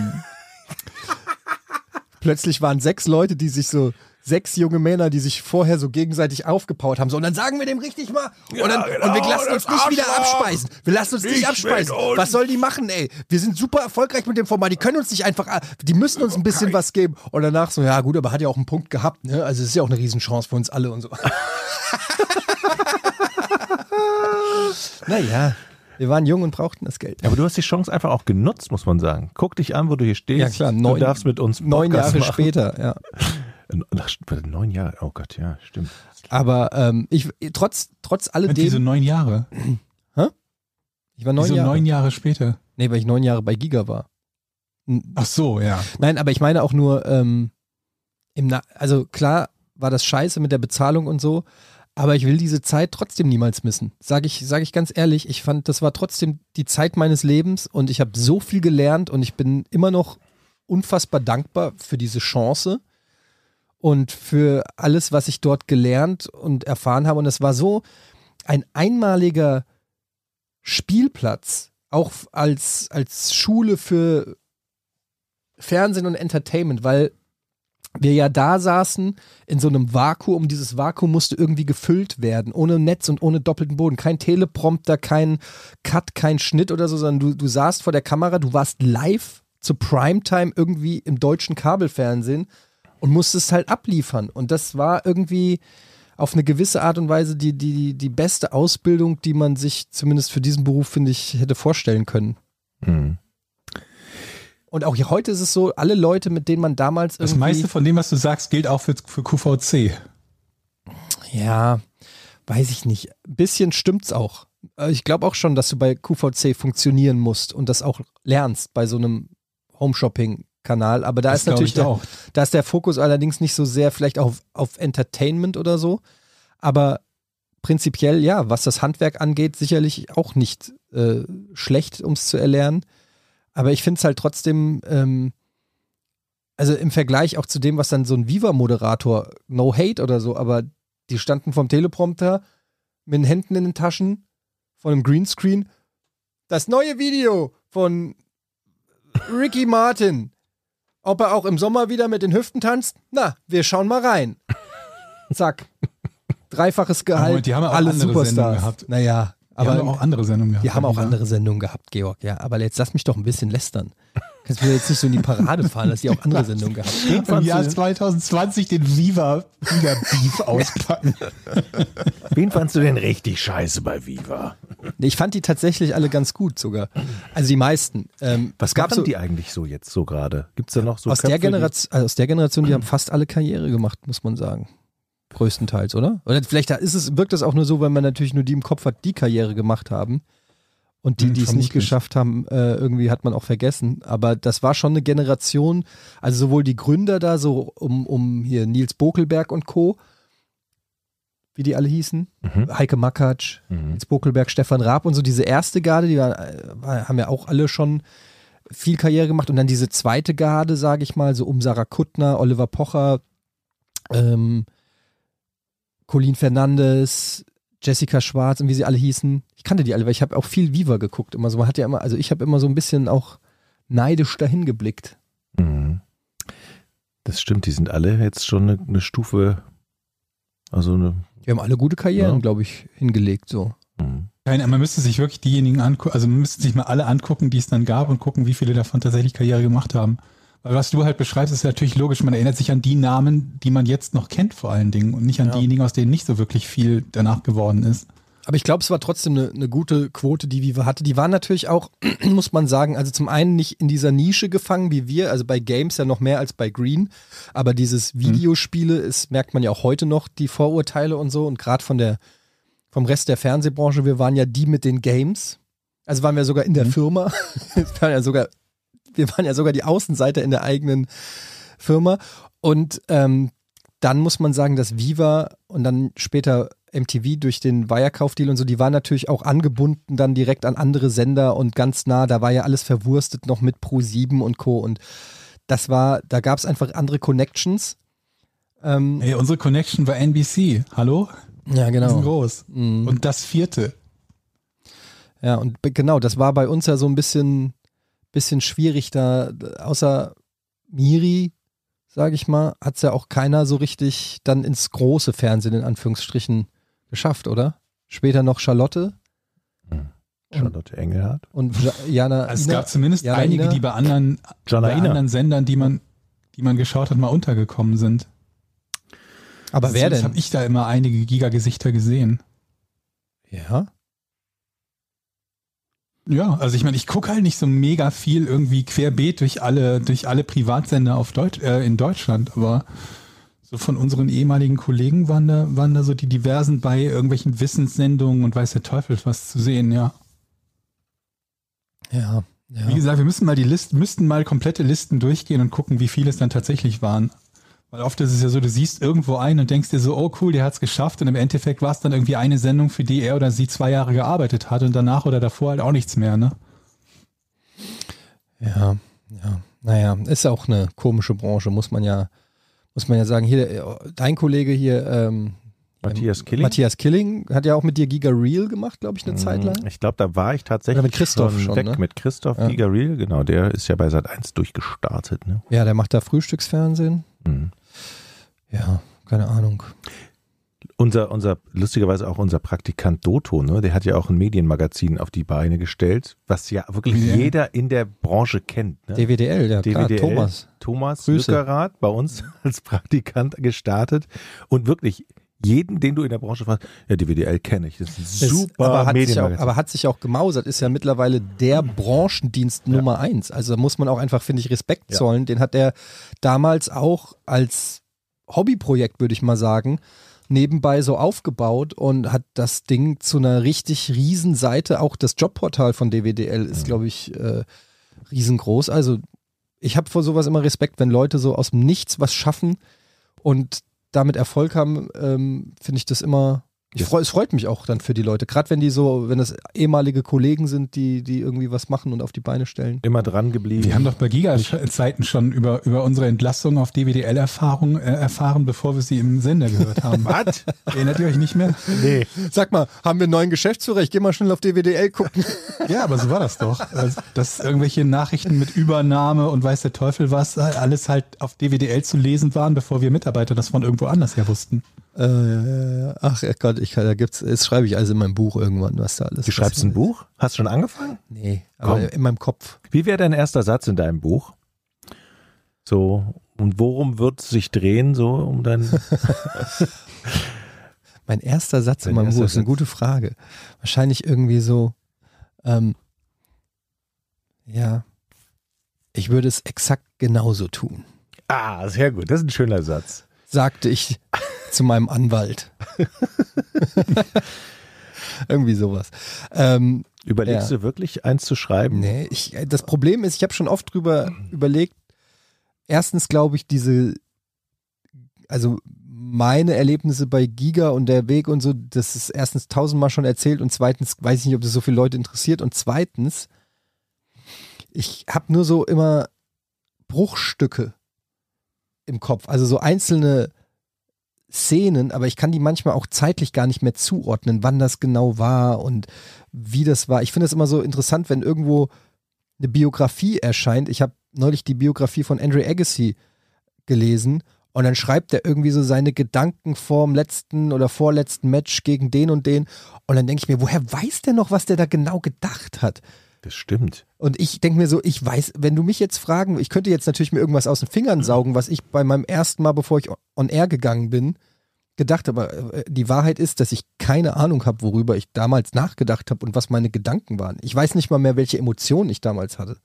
plötzlich waren 6 Leute, 6 junge Männer, die sich vorher so gegenseitig aufgebaut haben. So, und dann sagen wir dem richtig mal. Und wir lassen uns nicht wieder abspeisen. Wir lassen uns nicht abspeisen. Was soll die machen, ey? Wir sind super erfolgreich mit dem Format. Die können uns nicht einfach, die müssen uns ein bisschen was geben. Und danach so, ja gut, aber hat ja auch einen Punkt gehabt, ne? Also es ist ja auch eine Riesenchance für uns alle und so. Naja, wir waren jung und brauchten das Geld. Aber du hast die Chance einfach auch genutzt, muss man sagen. Guck dich an, wo du hier stehst. Ja klar, du darfst mit uns 9 Jahre machen. später, ja. 9 Jahre, oh Gott, ja, stimmt. Aber ich trotz alledem. Diese 9 Jahre. Hä? Ich war 9 Jahre. 9 Jahre später. Nee, weil ich 9 Jahre bei Giga war. Ach so, ja. Nein, aber ich meine auch nur, also klar war das scheiße mit der Bezahlung und so, aber ich will diese Zeit trotzdem niemals missen. Sag ich ganz ehrlich, ich fand, das war trotzdem die Zeit meines Lebens und ich habe so viel gelernt und ich bin immer noch unfassbar dankbar für diese Chance und für alles, was ich dort gelernt und erfahren habe. Und es war so ein einmaliger Spielplatz, auch als Schule für Fernsehen und Entertainment, weil wir ja da saßen in so einem Vakuum. Dieses Vakuum musste irgendwie gefüllt werden, ohne Netz und ohne doppelten Boden. Kein Teleprompter, kein Cut, kein Schnitt oder so, sondern du saßt vor der Kamera, du warst live zur Primetime irgendwie im deutschen Kabelfernsehen und musstest halt abliefern. Und das war irgendwie auf eine gewisse Art und Weise die beste Ausbildung, die man sich zumindest für diesen Beruf, finde ich, hätte vorstellen können. Mhm. Und auch heute ist es so, alle Leute, mit denen man damals irgendwie... Das meiste von dem, was du sagst, gilt auch für QVC. Ja, weiß ich nicht. Ein bisschen stimmt's auch. Ich glaube auch schon, dass du bei QVC funktionieren musst und das auch lernst bei so einem Home-Shopping-Kanal. Aber da ist natürlich da ist der Fokus allerdings nicht so sehr vielleicht auf Entertainment oder so. Aber prinzipiell, ja, was das Handwerk angeht, sicherlich auch nicht schlecht, um es zu erlernen. Aber ich finde es halt trotzdem, also im Vergleich auch zu dem, was dann so ein Viva-Moderator, no hate oder so, aber die standen vom Teleprompter mit den Händen in den Taschen von einem Greenscreen. Das neue Video von Ricky Martin. Ob er auch im Sommer wieder mit den Hüften tanzt? Na, wir schauen mal rein. Zack. 3-faches Gehalt, Die haben ja auch alle andere Superstars. Sendungen gehabt. Naja, Aber haben auch andere Sendungen gehabt. die haben auch Viva. andere Sendungen gehabt, Georg. Ja, aber jetzt lass mich doch ein bisschen lästern. Kannst du mir jetzt nicht so in die Parade fahren, dass die auch andere Sendungen gehabt haben. Im Jahr 2020 den Viva-Beef auspacken. Wen fandst du denn richtig scheiße bei Viva? Nee, ich fand die tatsächlich alle ganz gut sogar. Also die meisten. Was es gab machen so, die eigentlich so jetzt so gerade? Gibt es da noch so aus der Köpfe, Generation, die haben fast alle Karriere gemacht, muss man sagen. Größtenteils, oder? Oder vielleicht wirkt das auch nur so, weil man natürlich nur die im Kopf hat, die Karriere gemacht haben. Und die es nicht vermutlich. geschafft haben, irgendwie hat man auch vergessen. Aber das war schon eine Generation, also sowohl die Gründer da, so um hier Nils Bokelberg und Co., wie die alle hießen, Heike Makatsch, Nils Bokelberg, Stefan Raab und so, diese erste Garde, die haben ja auch alle schon viel Karriere gemacht. Und dann diese zweite Garde, sage ich mal, so um Sarah Kuttner, Oliver Pocher, Colin Fernandes, Jessica Schwarz und wie sie alle hießen. Ich kannte die alle, weil ich habe auch viel Viva geguckt. Immer so, man hat ja immer, also ich habe immer so ein bisschen auch neidisch dahin geblickt. Mhm. Das stimmt, die sind alle jetzt schon eine Stufe, also eine. Die haben alle gute Karrieren, Ja. glaube ich, hingelegt. So. Man müsste sich wirklich diejenigen angucken, also man müsste sich mal alle angucken, die es dann gab und gucken, wie viele davon tatsächlich Karriere gemacht haben. Weil was du halt beschreibst, ist natürlich logisch. Man erinnert sich an die Namen, die man jetzt noch kennt vor allen Dingen und nicht an diejenigen, aus denen nicht so wirklich viel danach geworden ist. Aber ich glaube, es war trotzdem eine gute Quote, die Viva hatte. Die waren natürlich auch, muss man sagen, also zum einen nicht in dieser Nische gefangen wie wir, also bei Games ja noch mehr als bei Green, aber dieses Videospiele, ist, merkt man ja auch heute noch, die Vorurteile und so und gerade vom Rest der Fernsehbranche, wir waren ja die mit den Games, also waren wir sogar in der Firma, wir waren ja sogar die Außenseiter in der eigenen Firma und dann muss man sagen, dass Viva und dann später MTV durch den Wirecard-Deal und so, die waren natürlich auch angebunden dann direkt an andere Sender und ganz nah, da war ja alles verwurstet noch mit Pro7 und Co. Und da gab es einfach andere Connections. Hey, unsere Connection war NBC. Hallo? Ja, genau. Riesengroß. Und das 4. Ja, und genau, das war bei uns ja so ein bisschen schwierig da, außer Miri, sage ich mal, hat es ja auch keiner so richtig dann ins große Fernsehen in Anführungsstrichen geschafft, oder? Später noch Charlotte. Charlotte Engelhardt. Und Jana. Also es Ina, gab zumindest Jana einige, Ina. die bei anderen Sendern, die man geschaut hat, mal untergekommen sind. Aber wer denn? habe ich da immer einige Giga-Gesichter gesehen. Ja. Ja, also ich meine, ich gucke halt nicht so mega viel irgendwie querbeet durch alle Privatsender in Deutschland, aber so von unseren ehemaligen Kollegen waren da so die diversen bei irgendwelchen Wissenssendungen und weiß der Teufel was zu sehen, ja. Ja. Wie gesagt, wir müssten mal komplette Listen durchgehen und gucken, wie viele es dann tatsächlich waren. Weil oft ist es ja so, du siehst irgendwo einen und denkst dir so, oh cool, der hat's geschafft und im Endeffekt war es dann irgendwie eine Sendung, für die er oder sie 2 Jahre gearbeitet hat und danach oder davor halt auch nichts mehr, ne? Ja. Naja, ist ja auch eine komische Branche, muss man ja sagen. Hier, dein Kollege hier, Matthias Killing. Matthias Killing hat ja auch mit dir Giga Real gemacht, glaube ich, eine Zeit lang. Ich glaube, da war ich tatsächlich Oder mit Christoph schon, weg. ne? Mit Christoph Ja. Giga Real, genau. Der ist ja bei Sat.1 durchgestartet. Ne? Ja, der macht da Frühstücksfernsehen. Mhm. Ja, keine Ahnung. Lustigerweise auch unser Praktikant Doto, ne? Der hat ja auch ein Medienmagazin auf die Beine gestellt, was ja wirklich jeder in der Branche kennt. Ne? DWDL, ja klar, DWDL, Thomas. Grüße. Grüße. Lückerath, bei uns als Praktikant gestartet und wirklich jeden, den du in der Branche fragst, ja, DWDL kenne ich, das ist ein super Medienmagazin. Aber hat sich auch gemausert, ist ja mittlerweile der Branchendienst Nummer 1. Also da muss man auch einfach, finde ich, Respekt zollen. Den hat er damals auch als Hobbyprojekt, würde ich mal sagen, nebenbei so aufgebaut und hat das Ding zu einer richtig riesen Seite, auch das Jobportal von DWDL ist, glaube ich, riesengroß. Also ich habe vor sowas immer Respekt, wenn Leute so aus dem Nichts was schaffen und damit Erfolg haben, finde ich das immer, es freut mich auch dann für die Leute, gerade wenn das ehemalige Kollegen sind, die irgendwie was machen und auf die Beine stellen. Immer dran geblieben. Wir haben doch bei Giga-Zeiten schon über unsere Entlassung auf DWDL erfahren, bevor wir sie im Sender gehört haben. Was? Erinnert ihr euch nicht mehr? Nee. Sag mal, haben wir einen neuen Geschäftsführer? Ich gehe mal schnell auf DWDL gucken. Ja, aber so war das doch. Dass irgendwelche Nachrichten mit Übernahme und weiß der Teufel was, alles halt auf DWDL zu lesen waren, bevor wir Mitarbeiter das von irgendwo anders her wussten. Ach Gott, das schreibe ich alles in meinem Buch irgendwann, was da alles. Du schreibst ein Buch? Hast du schon angefangen? Nee, aber Komm. in meinem Kopf. Wie wäre dein erster Satz in deinem Buch? So, und worum wird es sich drehen, so um dein... Mein erster Satz in Dein meinem Buch erster ist eine Satz. gute Frage. Wahrscheinlich irgendwie so, ja, ich würde es exakt genauso tun, Ah, sehr gut, das ist ein schöner Satz. sagte ich zu meinem Anwalt. Irgendwie sowas. Überlegst du wirklich, eins zu schreiben? Nee, das Problem ist, ich habe schon oft drüber überlegt, erstens glaube ich also meine Erlebnisse bei Giga und der Weg und so, das ist erstens 1000-mal schon erzählt und zweitens weiß ich nicht, ob das so viele Leute interessiert und zweitens, ich habe nur so immer Bruchstücke im Kopf, also so einzelne Szenen, aber ich kann die manchmal auch zeitlich gar nicht mehr zuordnen, wann das genau war und wie das war. Ich finde es immer so interessant, wenn irgendwo eine Biografie erscheint. Ich habe neulich die Biografie von Andre Agassi gelesen und dann schreibt er irgendwie so seine Gedanken vorm letzten oder vorletzten Match gegen den und den und dann denke ich mir, woher weiß der noch, was der da genau gedacht hat? Das stimmt. Und ich denke mir so, ich weiß, wenn du mich jetzt fragen, ich könnte jetzt natürlich mir irgendwas aus den Fingern saugen, was ich bei meinem ersten Mal, bevor ich on air gegangen bin, gedacht habe. Aber die Wahrheit ist, dass ich keine Ahnung habe, worüber ich damals nachgedacht habe und was meine Gedanken waren. Ich weiß nicht mal mehr, welche Emotionen ich damals hatte.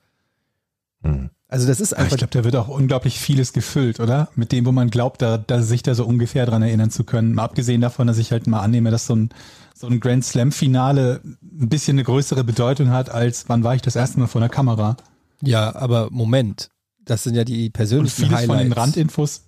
Mhm. Also das ist Ja, einfach... ich glaube, da wird auch unglaublich vieles gefüllt, oder? Mit dem, wo man glaubt, da sich da so ungefähr dran erinnern zu können. Mal abgesehen davon, dass ich halt mal annehme, dass so ein Grand Slam-Finale ein bisschen eine größere Bedeutung hat, als wann war ich das erste Mal vor der Kamera. Ja, aber Moment, das sind ja die Und persönlichen vieles Highlights. von den Randinfos,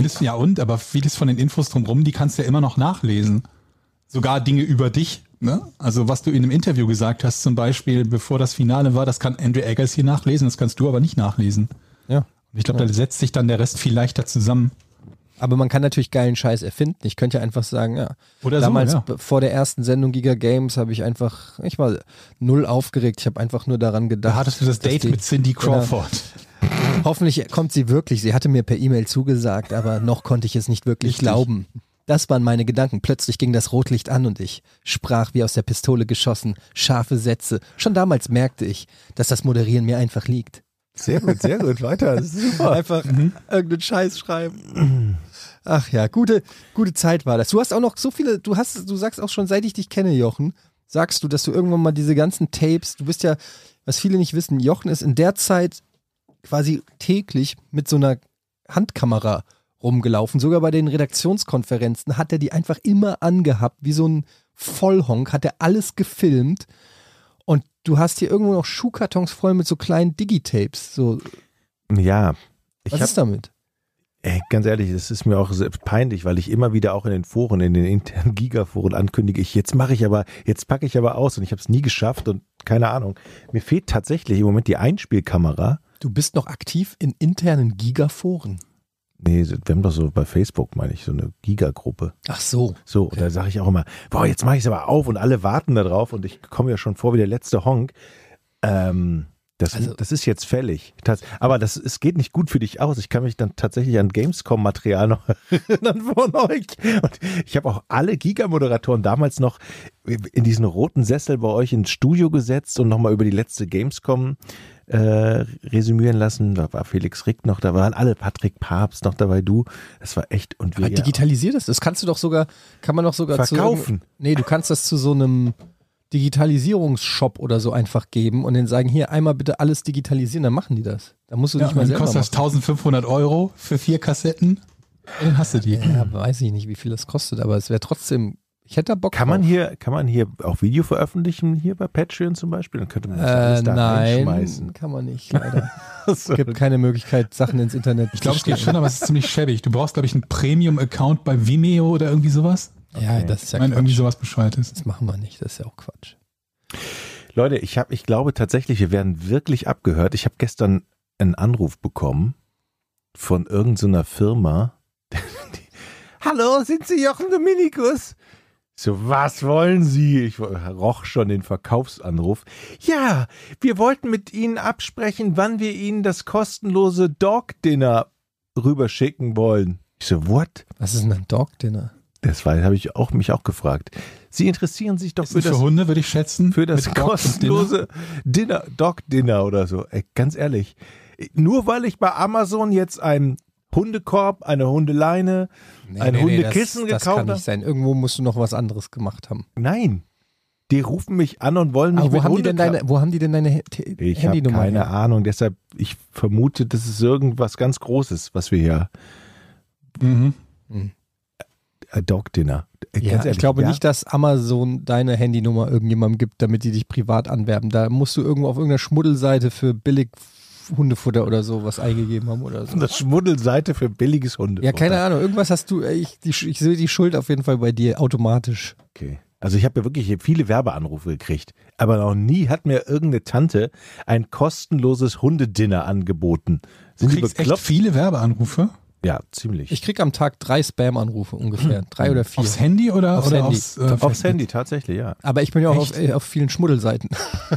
aber vieles von den Infos drumherum, die kannst du ja immer noch nachlesen. Sogar Dinge über dich, ne? Also was du in einem Interview gesagt hast, zum Beispiel, bevor das Finale war, das kann Andre Agassi nachlesen, das kannst du aber nicht nachlesen. Ja. Und ich glaube, da setzt sich dann der Rest viel leichter zusammen. Aber man kann natürlich geilen Scheiß erfinden. Ich könnte ja einfach sagen, ja, Oder damals so, ja. vor der ersten Sendung Giga Games ich war null aufgeregt. Ich habe einfach nur daran gedacht. Da hattest du das dass Date die- mit Cindy Crawford. Hoffentlich kommt sie wirklich. Sie hatte mir per E-Mail zugesagt, aber noch konnte ich es nicht wirklich Richtig. glauben. Das waren meine Gedanken. Plötzlich ging das Rotlicht an und ich sprach wie aus der Pistole geschossen, scharfe Sätze. Schon damals merkte ich, dass das Moderieren mir einfach liegt. Sehr gut, weiter. Das ist super. Einfach irgendeinen Scheiß schreiben. Ach ja, gute Zeit war das. Du hast auch noch so viele, du sagst auch schon, seit ich dich kenne, Jochen, sagst du, dass du irgendwann mal diese ganzen Tapes, du bist ja, was viele nicht wissen, Jochen ist in der Zeit quasi täglich mit so einer Handkamera rumgelaufen. Sogar bei den Redaktionskonferenzen hat er die einfach immer angehabt, wie so ein Vollhonk, hat er alles gefilmt. Und du hast hier irgendwo noch Schuhkartons voll mit so kleinen Digitapes. So, Ja. was ist damit? Ganz ehrlich, das ist mir auch selbst peinlich, weil ich immer wieder auch in den Foren, in den internen Giga-Foren ankündige, jetzt packe ich aber aus und ich habe es nie geschafft und keine Ahnung. Mir fehlt tatsächlich im Moment die Einspielkamera. Du bist noch aktiv in internen Giga-Foren. Nee, wir haben doch so bei Facebook, meine ich, so eine Giga-Gruppe. Ach so. So, und da sage ich auch immer, boah, jetzt mache ich es aber auf und alle warten da drauf und ich komme ja schon vor wie der letzte Honk. Das ist jetzt fällig. Aber es geht nicht gut für dich aus. Ich kann mich dann tatsächlich an Gamescom-Material noch erinnern von euch. Und ich habe auch alle Giga-Moderatoren damals noch in diesen roten Sessel bei euch ins Studio gesetzt und nochmal über die letzte Gamescom resümieren lassen. Da war Felix Rick noch, da waren alle, Patrick Papst noch dabei, du. Das war echt und wir. Digitalisiert das kannst du doch sogar, kann man doch sogar Verkaufen. Du kannst das zu so einem Digitalisierungsshop oder so einfach geben und dann sagen, hier einmal bitte alles digitalisieren, dann machen die das. Da musst du Ja, nicht mal dann selber kostet das machen. 1.500 € für 4 Kassetten. Dann hast du die. Ja, weiß ich nicht, wie viel das kostet, aber es wäre trotzdem, ich hätte da Bock Kann man drauf. hier auch Video veröffentlichen, hier bei Patreon zum Beispiel? Dann könnte man das alles da reinschmeißen. Nein, kann man nicht, leider. So. Es gibt keine Möglichkeit, Sachen ins Internet Ich glaube, es zu geht stellen. schon, aber es ist ziemlich schäbig. Du brauchst, glaube ich, einen Premium-Account bei Vimeo oder irgendwie sowas. Ja, das ist ja Ich meine, irgendwie Quatsch. sowas Bescheuertes. Das machen wir nicht, das ist ja auch Quatsch. Leute, ich glaube tatsächlich, wir werden wirklich abgehört. Ich habe gestern einen Anruf bekommen von irgendeiner Firma. Hallo, sind Sie Jochen Dominikus? So, was wollen Sie? Ich roch schon den Verkaufsanruf. Ja, wir wollten mit Ihnen absprechen, wann wir Ihnen das kostenlose Dog Dinner rüberschicken wollen. Ich so, what? Was ist denn ein Dog Dinner? Das habe ich mich auch gefragt. Sie interessieren sich doch Für Hunde, würde ich schätzen. für das Mit Dog und kostenlose Dog-Dinner oder so. Ey, ganz ehrlich, nur weil ich bei Amazon jetzt einen Hundekorb, eine Hundeleine, ein Hundekissen das gekauft kann habe. nicht sein. Irgendwo musst du noch was anderes gemacht haben. Nein, die rufen mich an und wollen mich Aber mit wo haben die denn deine Ich habe Handynummer keine her? Ahnung, deshalb, ich vermute, das ist irgendwas ganz Großes, was wir hier, Mhm. Dog-Dinner. Ganz Ja, ehrlich, ich glaube ja? nicht, dass Amazon deine Handynummer irgendjemandem gibt, damit die dich privat anwerben. Da musst du irgendwo auf irgendeiner Schmuddelseite für billig Hundefutter oder so was eingegeben haben oder so. Das Schmuddelseite für billiges Hundefutter. Ja, keine Ahnung. Irgendwas hast du, ich sehe die Schuld auf jeden Fall bei dir automatisch. Okay. Also ich habe ja wirklich viele Werbeanrufe gekriegt, aber noch nie hat mir irgendeine Tante ein kostenloses Hundedinner angeboten. Du Sind die kriegst echt bekloppt? viele Werbeanrufe? Ja, ziemlich. Ich kriege am Tag 3 Spam-Anrufe ungefähr. 3 oder 4. Aufs Handy oder Aufs Handy. aufs Aufs Handy, tatsächlich, ja. Aber ich bin ja auch Echt? auf vielen Schmuddelseiten.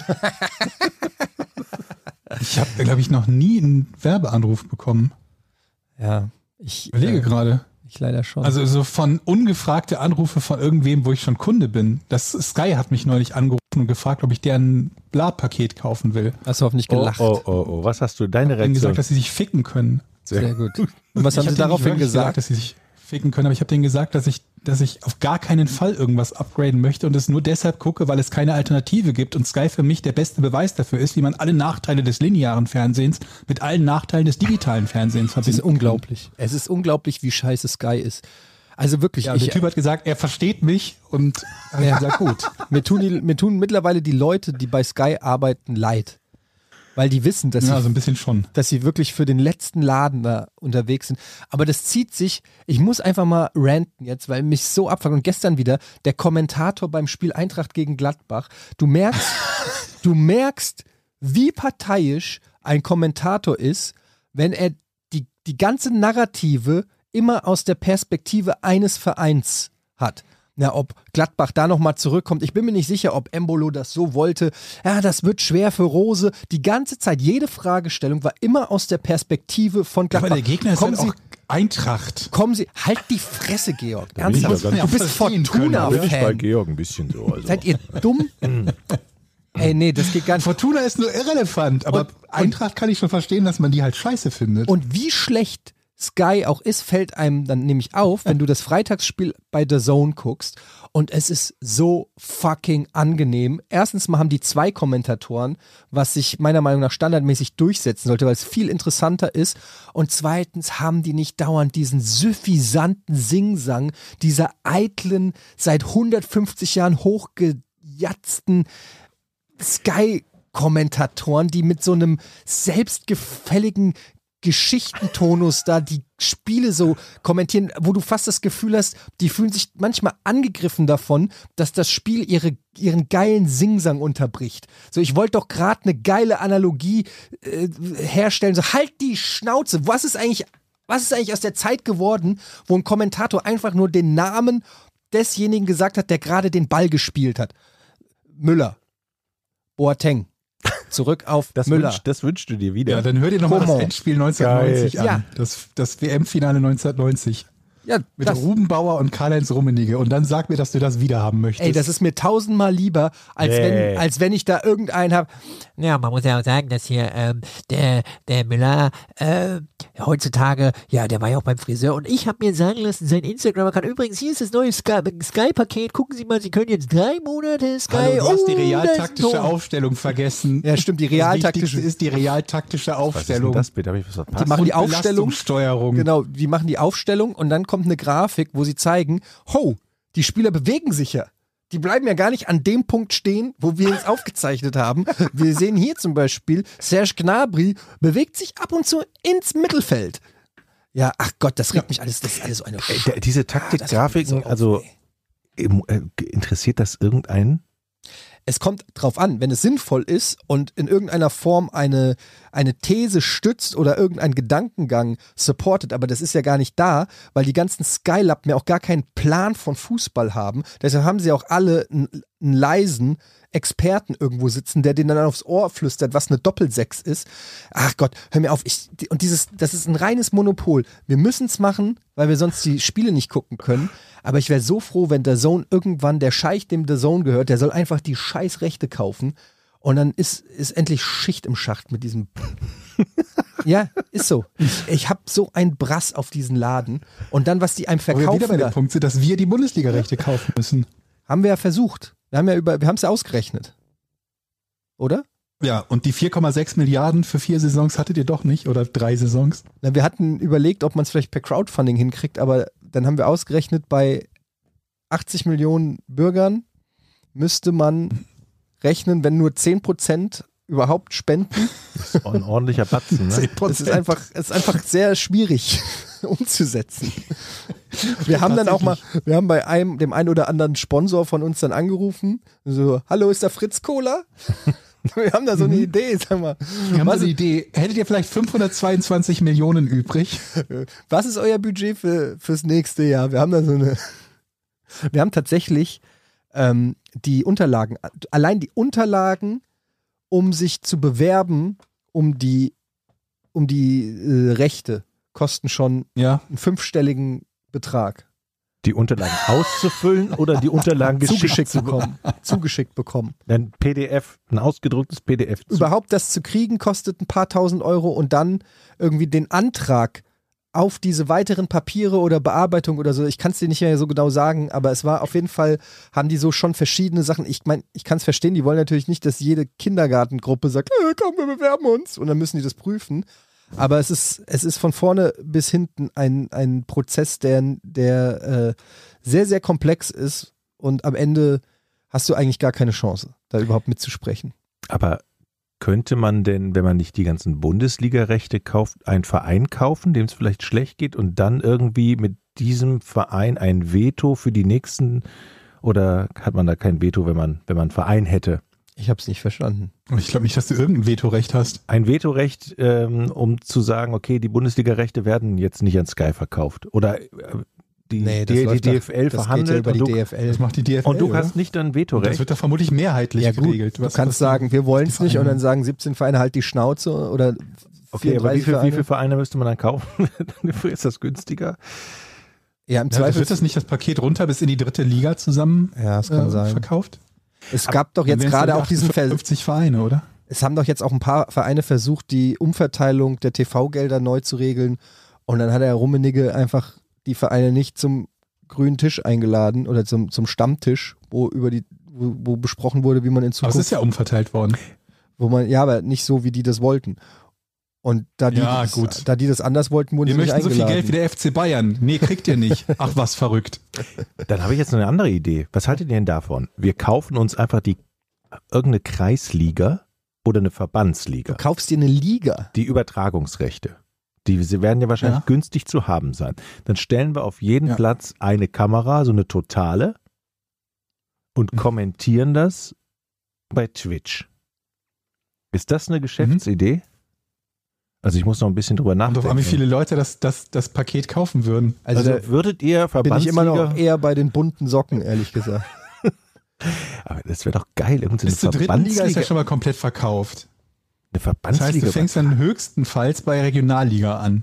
Ich habe, glaube ich, noch nie einen Werbeanruf bekommen. Ja, ich Überlege gerade. Ich leider schon. Also so von ungefragte Anrufe von irgendwem, wo ich schon Kunde bin. Das Sky hat mich neulich angerufen und gefragt, ob ich deren Bla-Paket kaufen will. Hast du hoffentlich gelacht. Oh, was hast du, deine Ich habe Reaktion? gesagt, dass sie sich ficken können. Sehr gut. Und was haben Ich sie hab denen daraufhin nicht wirklich gesagt? dass sie sich ficken können, aber ich habe denen gesagt, dass ich auf gar keinen Fall irgendwas upgraden möchte und es nur deshalb gucke, weil es keine Alternative gibt und Sky für mich der beste Beweis dafür ist, wie man alle Nachteile des linearen Fernsehens mit allen Nachteilen des digitalen Fernsehens Es verbindet. ist unglaublich. Es ist unglaublich, wie scheiße Sky ist. Also wirklich, Ja, der Typ hat gesagt, er versteht mich und hat gesagt, gut. mir tun mittlerweile die Leute, die bei Sky arbeiten, leid. Weil die wissen, dass, Ja, so ein bisschen schon. dass sie wirklich für den letzten Laden da unterwegs sind. Aber das zieht sich, ich muss einfach mal ranten jetzt, weil mich so abfuckt. Und gestern wieder der Kommentator beim Spiel Eintracht gegen Gladbach. Du merkst, wie parteiisch ein Kommentator ist, wenn er die ganze Narrative immer aus der Perspektive eines Vereins hat. Ja, ob Gladbach da nochmal zurückkommt. Ich bin mir nicht sicher, ob Embolo das so wollte. Ja, das wird schwer für Rose. Die ganze Zeit, jede Fragestellung war immer aus der Perspektive von Gladbach. Aber der Gegner ist Kommen halt auch Eintracht. Kommen Sie, halt die Fresse, Georg. bin ich Ernsthaft. aber ganz- Du bist verstehen können, Da bin ich bei Fortuna-Fan. Georg ein bisschen so. Also. Seid ihr dumm? Ey, nee, das geht gar nicht. Fortuna ist nur irrelevant, aber Eintracht kann ich schon verstehen, dass man die halt scheiße findet. Und wie schlecht Sky auch ist, fällt einem dann nämlich auf, wenn du das Freitagsspiel bei The Zone guckst und es ist so fucking angenehm. Erstens mal haben die 2 Kommentatoren, was sich meiner Meinung nach standardmäßig durchsetzen sollte, weil es viel interessanter ist. Und zweitens haben die nicht dauernd diesen suffisanten Singsang dieser eitlen, seit 150 Jahren hochgejatzten Sky-Kommentatoren, die mit so einem selbstgefälligen Geschichtentonus da die Spiele so kommentieren, wo du fast das Gefühl hast, die fühlen sich manchmal angegriffen davon, dass das Spiel ihren geilen Singsang unterbricht. So, ich wollte doch gerade eine geile Analogie herstellen. So, halt die Schnauze. Was ist eigentlich aus der Zeit geworden, wo ein Kommentator einfach nur den Namen desjenigen gesagt hat, der gerade den Ball gespielt hat? Müller. Boateng. Zurück auf Müller. Das wünschst du dir wieder. ja, dann hör dir nochmal das Coman. Endspiel 1990 Geil. an. Ja. Das WM-Finale 1990. Ja, Mit das, Ruben Bauer und Karl-Heinz Rummenigge. Und dann sag mir, dass du das wieder haben möchtest. ey, das ist mir 1000-mal lieber, als wenn ich da irgendeinen habe. Ja, man muss ja auch sagen, dass hier der Müller heutzutage, ja, der war ja auch beim Friseur und ich habe mir sagen lassen, sein Instagram-Account, übrigens, hier ist das neue Sky-Paket, gucken Sie mal, Sie können jetzt 3 Monate Sky. Hallo, du hast die das ist realtaktische noch- Aufstellung vergessen. Ja, stimmt, die Das Wichtigste realtaktische. ist die realtaktische Was ist denn Aufstellung. das bitte? Hab ich was verpasst? Die machen die Und Aufstellung. Belastungssteuerung. Genau, die machen die Aufstellung und dann kommt eine Grafik, wo sie zeigen, die Spieler bewegen sich ja. Die bleiben ja gar nicht an dem Punkt stehen, wo wir es aufgezeichnet haben. Wir sehen hier zum Beispiel, Serge Gnabry bewegt sich ab und zu ins Mittelfeld. Ja, ach Gott, das regt mich alles, das ist alles so eine Diese das regt mich Taktikgrafiken, so auf, also ey. interessiert das irgendeinen? Es kommt drauf an, wenn es sinnvoll ist und in irgendeiner Form eine These stützt oder irgendeinen Gedankengang supportet, aber das ist ja gar nicht da, weil die ganzen Skylappen ja auch gar keinen Plan von Fußball haben. Deshalb haben sie auch alle einen leisen Experten irgendwo sitzen, der denen dann aufs Ohr flüstert, was eine Doppelsechs ist. Ach Gott, hör mir auf. Das ist ein reines Monopol. Wir müssen es machen, weil wir sonst die Spiele nicht gucken können. Aber ich wäre so froh, wenn DAZN irgendwann, der Scheich, dem DAZN gehört, der soll einfach die scheiß Rechte kaufen und dann ist endlich Schicht im Schacht mit diesem... Ja, ist so. Ich habe so ein Brass auf diesen Laden und dann, was die einem verkaufen... Aber wir wieder bei dem Punkt sind, dass wir die Bundesliga-Rechte kaufen müssen. Haben wir ja versucht. Wir haben es ja ausgerechnet. Oder? Ja, und die 4,6 Milliarden für 4 Saisons hattet ihr doch nicht oder 3 Saisons? Na, wir hatten überlegt, ob man es vielleicht per Crowdfunding hinkriegt, aber dann haben wir ausgerechnet, bei 80 Millionen Bürgern müsste man rechnen, wenn nur 10% überhaupt spenden. Das ist ein ordentlicher Batzen, ne? 10%. Es ist einfach sehr schwierig umzusetzen. Wir haben dann auch mal, wir haben bei dem einen oder anderen Sponsor von uns dann angerufen, so, hallo, ist da Fritz Cola? Wir haben da so eine Idee, sag mal. Wir haben so eine Idee. Hättet ihr vielleicht 522 Millionen übrig? Was ist euer Budget fürs nächste Jahr? Wir haben tatsächlich die Unterlagen, allein die Unterlagen, um sich zu bewerben, um die Rechte, kosten schon einen 5-stelligen Betrag. Die Unterlagen auszufüllen oder die Unterlagen zugeschickt bekommen. Ein PDF, ein ausgedrucktes PDF. Überhaupt das zu kriegen, kostet ein paar tausend Euro und dann irgendwie den Antrag auf diese weiteren Papiere oder Bearbeitung oder so, ich kann es dir nicht mehr so genau sagen, aber es war auf jeden Fall, haben die so schon verschiedene Sachen. Ich meine, ich kann es verstehen, die wollen natürlich nicht, dass jede Kindergartengruppe sagt, komm, wir bewerben uns und dann müssen die das prüfen. Aber es ist von vorne bis hinten ein Prozess, der sehr, sehr komplex ist und am Ende hast du eigentlich gar keine Chance, da überhaupt mitzusprechen. Aber könnte man denn, wenn man nicht die ganzen Bundesliga-Rechte kauft, einen Verein kaufen, dem es vielleicht schlecht geht und dann irgendwie mit diesem Verein ein Veto für die nächsten, oder hat man da kein Veto, wenn man einen Verein hätte? Ich habe es nicht verstanden. Ich glaube nicht, dass du irgendein Vetorecht hast. Ein Vetorecht, um zu sagen, okay, die Bundesliga-Rechte werden jetzt nicht an Sky verkauft. Oder die DFL verhandelt. Das geht ja über die DFL. Das macht die DFL. Und du oder? hast nicht ein Vetorecht. Das wird da vermutlich mehrheitlich geregelt. Du kannst sagen, wir wollen es nicht und dann sagen 17 Vereine halt die Schnauze oder okay, aber wie viele Vereine müsste man dann kaufen? Ist das günstiger? Ja, im Zweifel wird das nicht das Paket runter bis in die 3. Liga zusammen das kann sein. verkauft? Es gab doch jetzt gerade auch diesen 50 Vereine, oder? Es haben doch jetzt auch ein paar Vereine versucht, die Umverteilung der TV-Gelder neu zu regeln und dann hat der Rummenigge einfach die Vereine nicht zum grünen Tisch eingeladen oder zum Stammtisch, wo besprochen wurde, wie man in Zukunft... Aber es ist ja umverteilt worden. Aber nicht so, wie die das wollten. Und da die das anders wollten, wurden sie nicht eingeladen. Wir möchten so viel Geld wie der FC Bayern. Nee, kriegt ihr nicht. Ach, was verrückt. Dann habe ich jetzt noch eine andere Idee. Was haltet ihr denn davon? Wir kaufen uns einfach irgendeine Kreisliga oder eine Verbandsliga. Du kaufst dir eine Liga. Die Übertragungsrechte. Sie werden ja wahrscheinlich günstig zu haben sein. Dann stellen wir auf jeden Platz eine Kamera, so eine totale, und kommentieren das bei Twitch. Ist das eine Geschäftsidee? Also ich muss noch ein bisschen drüber nachdenken. Und auf wie viele Leute das Paket kaufen würden. Also würdet ihr Verbandsliga... Bin ich immer noch eher bei den bunten Socken, ehrlich gesagt. Aber das wäre doch geil. Bis zur 3. Liga ist ja schon mal komplett verkauft. Eine Verbandsliga. Das heißt, du fängst dann höchstenfalls bei Regionalliga an.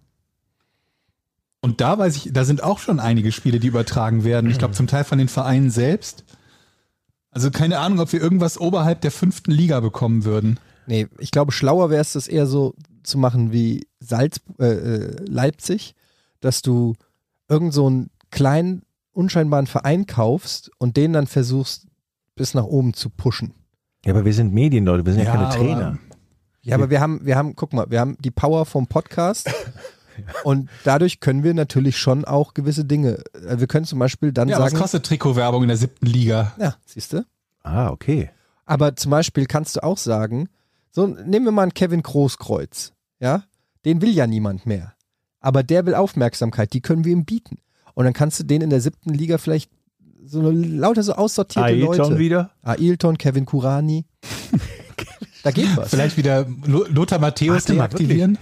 Und da weiß ich, da sind auch schon einige Spiele, die übertragen werden. Ich glaube zum Teil von den Vereinen selbst. Also keine Ahnung, ob wir irgendwas oberhalb der 5. Liga bekommen würden. Nee, ich glaube, schlauer wäre es, das eher so zu machen wie Leipzig, dass du irgend so einen kleinen, unscheinbaren Verein kaufst und den dann versuchst, bis nach oben zu pushen. Ja, aber wir sind Medienleute, wir sind ja keine Trainer. Aber wir haben, guck mal, wir haben die Power vom Podcast und dadurch können wir natürlich schon auch gewisse Dinge, wir können zum Beispiel dann sagen... was kostet Trikotwerbung in der 7. Liga? Ja, siehst du? Ah, okay. Aber zum Beispiel kannst du auch sagen, so nehmen wir mal einen Kevin Großkreuz, ja, den will ja niemand mehr, aber der will Aufmerksamkeit, die können wir ihm bieten und dann kannst du den in der 7. Liga vielleicht lauter so aussortierte Leute. Ailton wieder? Ailton, Kevin Kurani. Da geht was. Vielleicht wieder Lothar Matthäus deaktivieren?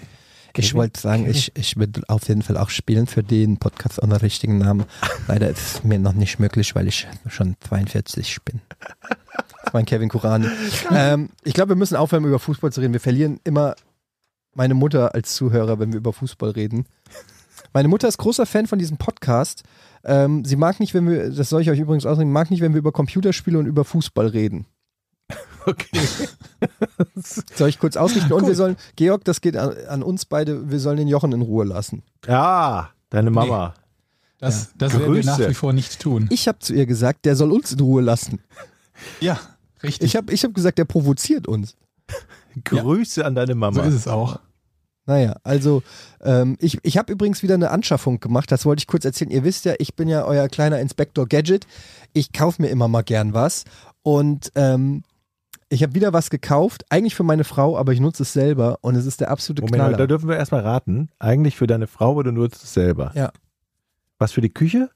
Ich wollte sagen, ich würde auf jeden Fall auch spielen für den Podcast unter richtigen Namen. Leider ist es mir noch nicht möglich, weil ich schon 42 bin. Das ist mein Kevin Kurani. Ich glaube, wir müssen aufhören, über Fußball zu reden. Wir verlieren immer meine Mutter als Zuhörer, wenn wir über Fußball reden. Meine Mutter ist großer Fan von diesem Podcast. Sie mag nicht, wenn wir, das soll ich euch übrigens ausreden, mag nicht, wenn wir über Computerspiele und über Fußball reden. Okay. Soll ich kurz ausrichten? Und wir sollen, Georg, das geht an uns beide, wir sollen den Jochen in Ruhe lassen. Ja, deine Mama. Das werden wir nach wie vor nicht tun. Ich habe zu ihr gesagt, der soll uns in Ruhe lassen. Ja, richtig. Ich hab gesagt, der provoziert uns. Grüße an deine Mama. So ist es auch. Naja, also ich habe übrigens wieder eine Anschaffung gemacht, das wollte ich kurz erzählen. Ihr wisst ja, ich bin ja euer kleiner Inspektor Gadget. Ich kaufe mir immer mal gern was und ich habe wieder was gekauft, eigentlich für meine Frau, aber ich nutze es selber und es ist der absolute Knaller. Da dürfen wir erstmal raten. Eigentlich für deine Frau, aber du nutzt es selber. Ja. Was für die Küche?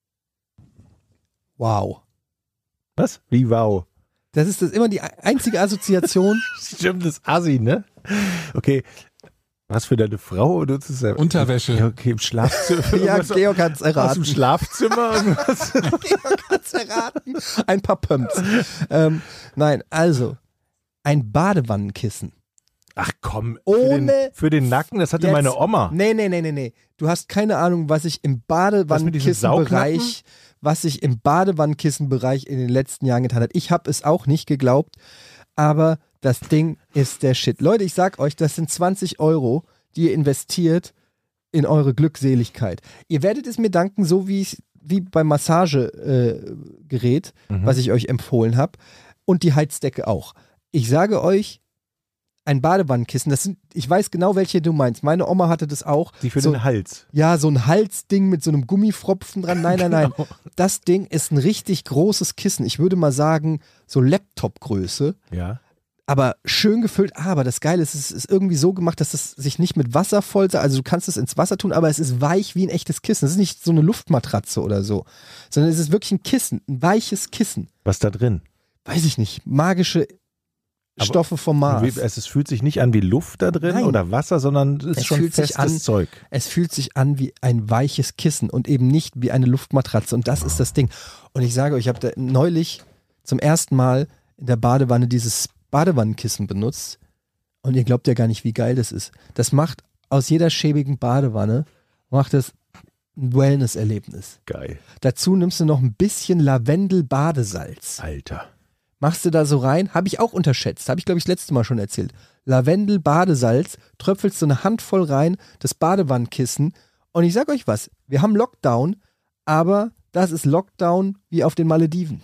Wow. Was? Wie wow? Das ist immer die einzige Assoziation. Stimmt, das Assi, ne? Okay. Was für deine Frau? Oder nutzt es selber? Unterwäsche. Ja, okay, im Schlafzimmer. Ja, Georg hat es Aus erraten. dem Schlafzimmer? Irgendwas? Georg hat es erraten. Ein paar Pumps. Nein, also ein Badewannenkissen. Ach komm, Ohne für den Nacken, das hatte jetzt- meine Oma. Nee. Du hast keine Ahnung, was ich im diesen Badewannnkissenbereich in den letzten Jahren getan habe. Ich habe es auch nicht geglaubt, aber das Ding ist der Shit. Leute, ich sag euch, das sind 20 €, die ihr investiert in eure Glückseligkeit. Ihr werdet es mir danken, so wie beim Massagegerät, was ich euch empfohlen habe, und die Heizdecke auch. Ich sage euch, ein Badewannenkissen, ich weiß genau, welche du meinst. Meine Oma hatte das auch. Die für so, den Hals. Ja, so ein Halsding mit so einem Gummifropfen dran. Nein. Das Ding ist ein richtig großes Kissen. Ich würde mal sagen, so Laptop-Größe. Ja. Aber schön gefüllt. Aber das Geile ist, es ist irgendwie so gemacht, dass es sich nicht mit Wasser voll, also du kannst es ins Wasser tun, aber es ist weich wie ein echtes Kissen. Es ist nicht so eine Luftmatratze oder so, sondern es ist wirklich ein Kissen, ein weiches Kissen. Was da drin? Weiß ich nicht, magische Aber Stoffe vom Mars. Es fühlt sich nicht an wie Luft da drin Nein. oder Wasser, sondern es ist Es schon fühlt sich festes an- Zeug. Es fühlt sich an wie ein weiches Kissen und eben nicht wie eine Luftmatratze. Und das ist das Ding. Und ich sage euch, ich habe da neulich zum ersten Mal in der Badewanne dieses Badewannenkissen benutzt. Und ihr glaubt ja gar nicht, wie geil das ist. Das macht aus jeder schäbigen Badewanne, macht das ein Wellness-Erlebnis. Geil. Dazu nimmst du noch ein bisschen Lavendel-Badesalz. Alter. Machst du da so rein, habe ich auch unterschätzt, habe ich glaube ich das letzte Mal schon erzählt. Lavendel, Badesalz, tröpfelst du eine Handvoll rein, das Badewannenkissen und ich sag euch was, wir haben Lockdown, aber das ist Lockdown wie auf den Malediven.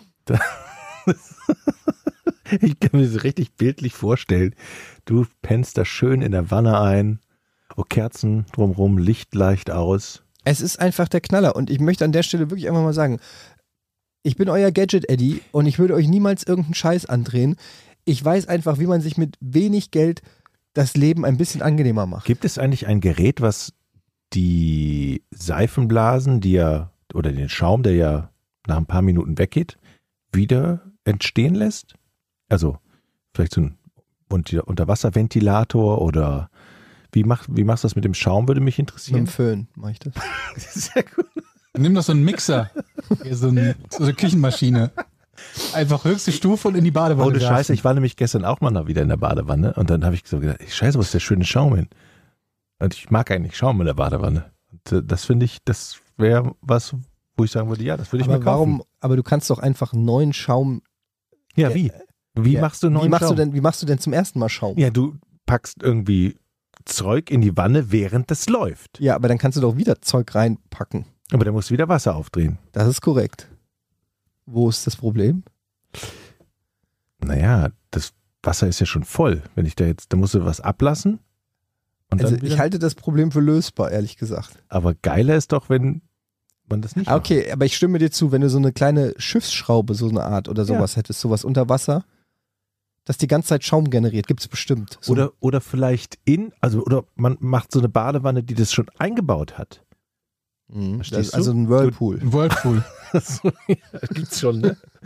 Ich kann mir das richtig bildlich vorstellen. Du pennst da schön in der Wanne ein, Kerzen drumrum, Licht leicht aus. Es ist einfach der Knaller und ich möchte an der Stelle wirklich einfach mal sagen, ich bin euer Gadget-Eddy und ich würde euch niemals irgendeinen Scheiß andrehen. Ich weiß einfach, wie man sich mit wenig Geld das Leben ein bisschen angenehmer macht. Gibt es eigentlich ein Gerät, was die Seifenblasen, oder den Schaum, der ja nach ein paar Minuten weggeht, wieder entstehen lässt? Also vielleicht so ein Unterwasserventilator oder wie machst du das mit dem Schaum, würde mich Mit interessieren. dem Föhn mache ich das. Sehr gut. Nimm doch so einen Mixer. so eine Küchenmaschine. Einfach höchste Stufe und in die Badewanne Ohne werfen. Scheiße, ich war nämlich gestern auch mal wieder in der Badewanne und dann habe ich so gedacht, Scheiße, wo ist der schöne Schaum hin? Und ich mag eigentlich Schaum in der Badewanne. Und das finde ich, das wäre was, wo ich sagen würde, ja, das würde ich Aber mal kaufen. warum? Aber du kannst doch einfach einen neuen Schaum. Ja, wie? Wie Ja, machst du neuen Schaum? Wie machst du denn zum ersten Mal Schaum? Ja, du packst irgendwie Zeug in die Wanne, während das läuft. Ja, aber dann kannst du doch wieder Zeug reinpacken. Aber dann musst du wieder Wasser aufdrehen. Das ist korrekt. Wo ist das Problem? Naja, das Wasser ist ja schon voll. Wenn ich da musst du was ablassen. Und Also dann wieder, ich halte das Problem für lösbar, ehrlich gesagt. aber geiler ist doch, wenn man das nicht macht. Okay, aber ich stimme dir zu, wenn du so eine kleine Schiffsschraube, so eine Art oder sowas hättest, sowas unter Wasser, das die ganze Zeit Schaum generiert, gibt es bestimmt. So Oder vielleicht oder man macht so eine Badewanne, die das schon eingebaut hat. Mhm. Verstehst Also du? ein Whirlpool. Ein Whirlpool. Ja, gibt's schon, ne?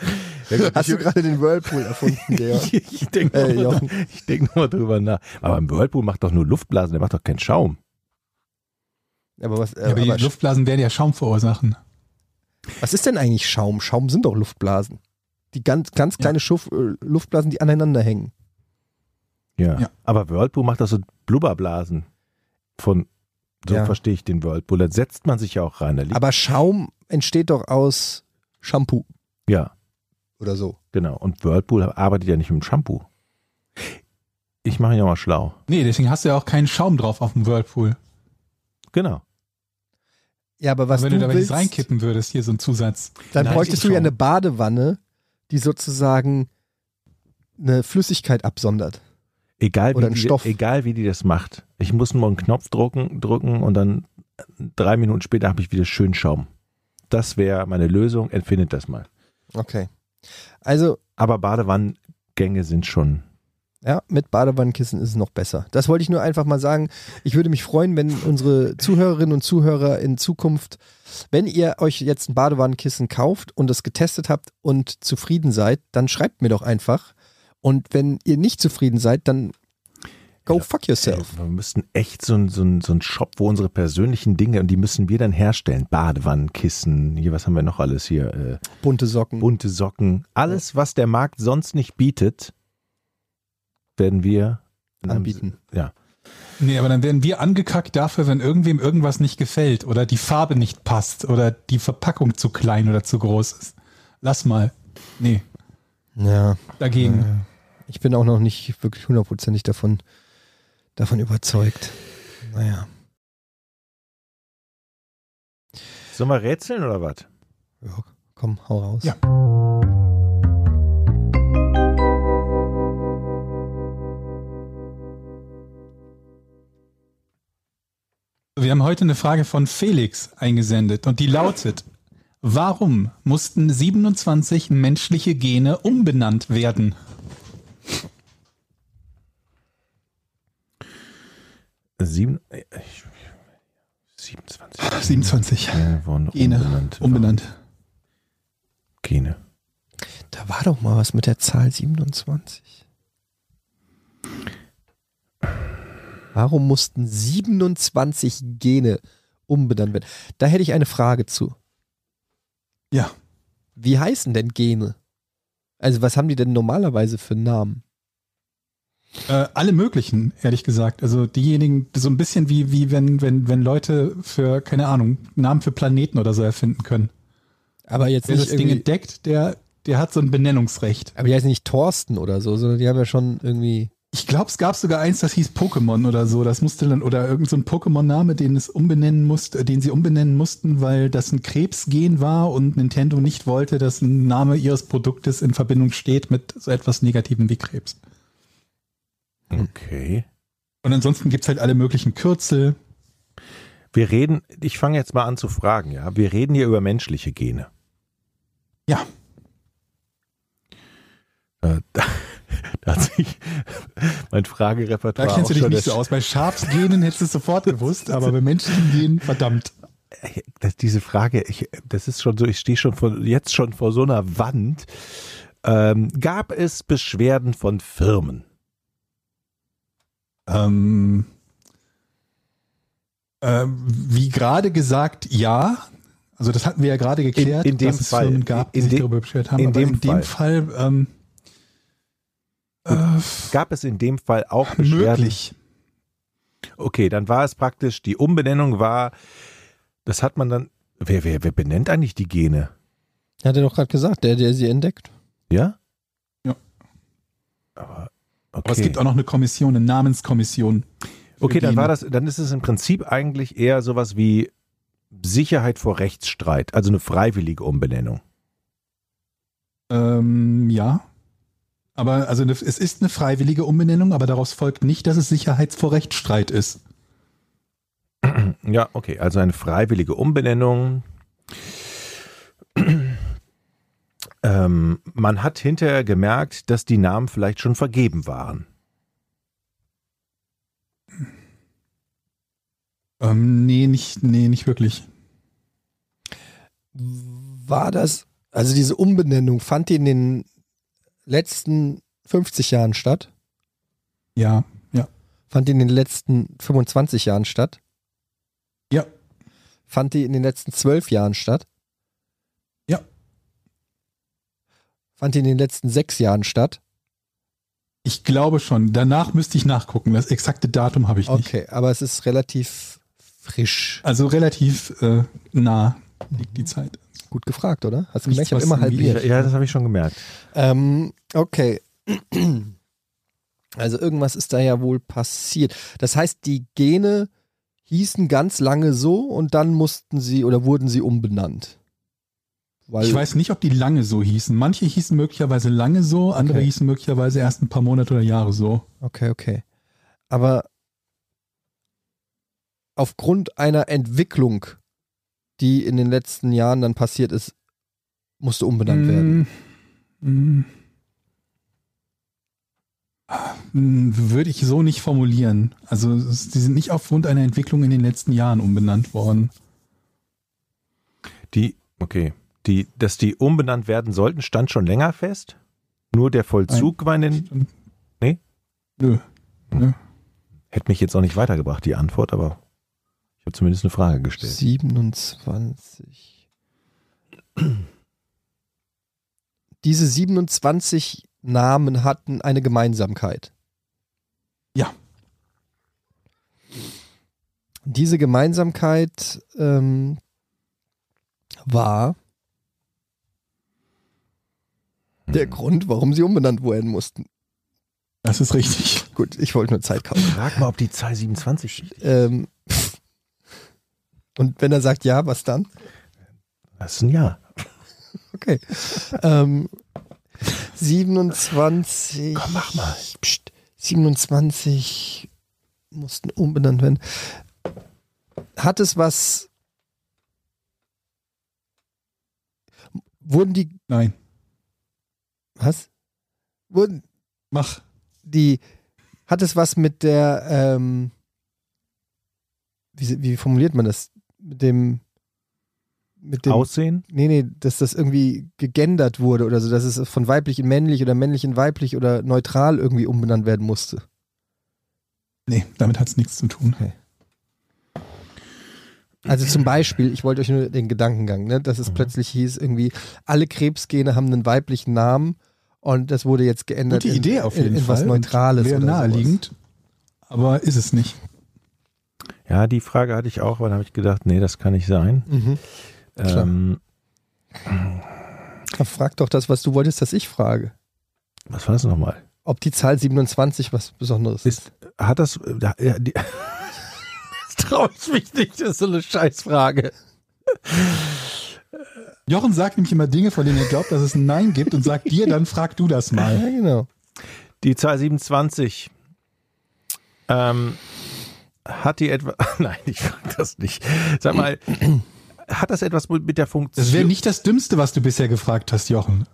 Hast du gerade den Whirlpool erfunden, Georg? Ich denke Jochen. denk mal drüber nach. Aber ein Whirlpool macht doch nur Luftblasen, der macht doch keinen Schaum. Aber was, Ja, aber die Luftblasen werden ja Schaum verursachen. was ist denn eigentlich Schaum? Schaum sind doch Luftblasen. Die ganz kleine Luftblasen, die aneinander hängen. Ja. Aber Whirlpool macht doch so Blubberblasen. So verstehe ich den Whirlpool. Da setzt man sich ja auch rein. Aber Schaum entsteht doch aus Shampoo Ja, oder so. genau. Und Whirlpool arbeitet ja nicht mit dem Shampoo. Ich mache ihn ja mal schlau. Nee, deswegen hast du ja auch keinen Schaum drauf auf dem Whirlpool. Genau. Ja, aber was Wenn du du da willst, was reinkippen würdest, hier so ein Zusatz. dann Nein, bräuchtest du ja Schaum. eine Badewanne, die sozusagen eine Flüssigkeit absondert. Egal Oder ein Stoff. egal wie die das macht. Ich muss nur einen Knopf drücken und dann 3 Minuten später habe ich wieder schön Schaum. Das wäre meine Lösung. Entfindet das mal. Okay. Also, Aber Badewannengänge sind schon. ja, mit Badewannenkissen ist es noch besser. Das wollte ich nur einfach mal sagen. Ich würde mich freuen, wenn unsere Zuhörerinnen und Zuhörer in Zukunft, wenn ihr euch jetzt ein Badewannenkissen kauft und es getestet habt und zufrieden seid, dann schreibt mir doch einfach. Und wenn ihr nicht zufrieden seid, dann go fuck yourself. Wir müssten echt so einen Shop, wo unsere persönlichen Dinge, und die müssen wir dann herstellen. Badewannenkissen, hier, was haben wir noch alles hier? Bunte Socken. Bunte Socken. Alles, was der Markt sonst nicht bietet, werden wir Anbieten. Ja. Nee, aber dann werden wir angekackt dafür, wenn irgendwem irgendwas nicht gefällt oder die Farbe nicht passt oder die Verpackung zu klein oder zu groß ist. Lass mal. Nee, Ja. dagegen. Ich bin auch noch nicht wirklich hundertprozentig davon überzeugt. Naja. Sollen wir rätseln oder was? Ja, komm, hau raus. Ja. Wir haben heute eine Frage von Felix eingesendet und die lautet: Warum mussten 27 menschliche Gene umbenannt werden? 27. 27 wurden Gene umbenannt. Gene. Da war doch mal was mit der Zahl 27. Warum mussten 27 Gene umbenannt werden? Da hätte ich eine Frage zu. Ja. Wie heißen denn Gene? Also was haben die denn normalerweise für Namen? Alle möglichen, ehrlich gesagt. Also diejenigen, so ein bisschen wie wenn Leute für, keine Ahnung, Namen für Planeten oder so erfinden können. Aber jetzt Wer nicht das Ding irgendwie, entdeckt, der hat so ein Benennungsrecht. aber die heißen nicht Thorsten oder so, sondern die haben ja schon irgendwie. Ich glaube, es gab sogar eins, das hieß Pokémon oder so. Das musste dann, oder irgend so ein Pokémon-Name, den sie umbenennen mussten, weil das ein Krebsgen war und Nintendo nicht wollte, dass ein Name ihres Produktes in Verbindung steht mit so etwas Negativem wie Krebs. Okay. Und ansonsten gibt's halt alle möglichen Kürzel. Ich fange jetzt mal an zu fragen, ja. Wir reden hier über menschliche Gene. Ja. Da hat sich mein Fragerepertoire Da kennst du auch dich schon nicht so aus. Bei Schafsgenen hättest du es sofort gewusst, aber bei menschlichen Genen, verdammt. Diese Frage, das ist schon so, ich stehe jetzt schon vor so einer Wand. Gab es Beschwerden von Firmen? Wie gerade gesagt, ja. Also das hatten wir ja gerade geklärt, In dem dass es Fall. Firmen gab, die In sich de- darüber beschwert haben. in Aber dem in dem Fall Gab es in dem Fall auch Beschwerden? möglich. Okay, dann war es praktisch, die Umbenennung war, das hat man dann, wer benennt eigentlich die Gene? Hat er doch gerade gesagt, der sie entdeckt. Ja? Ja. Aber, Aber es gibt auch noch eine Kommission, eine Namenskommission. für Okay, Gene. dann ist es im Prinzip eigentlich eher sowas wie Sicherheit vor Rechtsstreit, also eine freiwillige Umbenennung. Ja. Aber also es ist eine freiwillige Umbenennung, aber daraus folgt nicht, dass es Sicherheit vor Rechtsstreit ist. Ja, okay, also eine freiwillige Umbenennung. Man hat hinterher gemerkt, dass die Namen vielleicht schon vergeben waren. Nee, nicht wirklich. War das Also diese Umbenennung, fand die in den letzten 50 Jahren statt? Ja. Fand die in den letzten 25 Jahren statt? Ja. Fand die in den letzten 12 Jahren statt? Ja. Fand die in den letzten 6 Jahren statt? Ich glaube schon. Danach müsste ich nachgucken. Das exakte Datum habe ich nicht. Okay, aber es ist relativ frisch. Also relativ nah liegt die Zeit. Gut gefragt, oder? Hast du Nichts, gemerkt? Ich habe was immer irgendwie- halbiert. Ja, das habe ich schon gemerkt. Okay. Also irgendwas ist da ja wohl passiert. Das heißt, die Gene hießen ganz lange so und dann mussten sie oder wurden sie umbenannt. Weil, Ich weiß nicht, ob die lange so hießen. Manche hießen möglicherweise lange so, andere Okay. hießen möglicherweise erst ein paar Monate oder Jahre so. Okay. Aber aufgrund einer Entwicklung, die in den letzten Jahren dann passiert ist, musste umbenannt werden. Würde ich so nicht formulieren. Also die sind nicht aufgrund einer Entwicklung in den letzten Jahren umbenannt worden. Dass die umbenannt werden sollten, stand schon länger fest? Nur der Vollzug war in den... Nee? Nö. Hätte mich jetzt auch nicht weitergebracht, die Antwort, aber ich habe zumindest eine Frage gestellt. 27. Diese 27 Namen hatten eine Gemeinsamkeit. Ja. Diese Gemeinsamkeit war der Grund, warum sie umbenannt werden mussten. Das ist richtig. Gut, ich wollte nur Zeit kaufen. Frag mal, ob die Zahl 27 steht. Und wenn er sagt ja, was dann? Das ist ein Ja. Okay. 27. Komm, mach mal. 27 mussten umbenannt werden. Hat es was? Wurden die? Nein. Was? Wurden Mach. die? Hat es was mit der? Wie formuliert man das? Mit dem Aussehen? Nee, dass das irgendwie gegendert wurde oder so, dass es von weiblich in männlich oder männlich in weiblich oder neutral irgendwie umbenannt werden musste. Nee, damit hat es nichts zu tun. Also zum Beispiel, ich wollte euch nur den Gedankengang, ne, dass es plötzlich hieß, irgendwie alle Krebsgene haben einen weiblichen Namen und das wurde jetzt geändert Gute Idee auf jeden in Fall. was Neutrales Wäre oder naheliegend, aber ist es nicht. Ja, die Frage hatte ich auch, aber dann habe ich gedacht, nee, das kann nicht sein. sowas. Frag doch das, was du wolltest, dass ich frage. Was war das nochmal? Ob die Zahl 27 was Besonderes ist. Hat das... das traue ich mich nicht, das ist so eine Scheißfrage. Jochen sagt nämlich immer Dinge, von denen er glaubt, dass es ein Nein gibt und sagt dir, dann frag du das Ja, mal. genau. Die Zahl 27, hat die etwa... Nein, ich frage das nicht. Sag mal, hat das etwas mit der Funktion... Das wäre nicht das Dümmste, was du bisher gefragt hast, Jochen.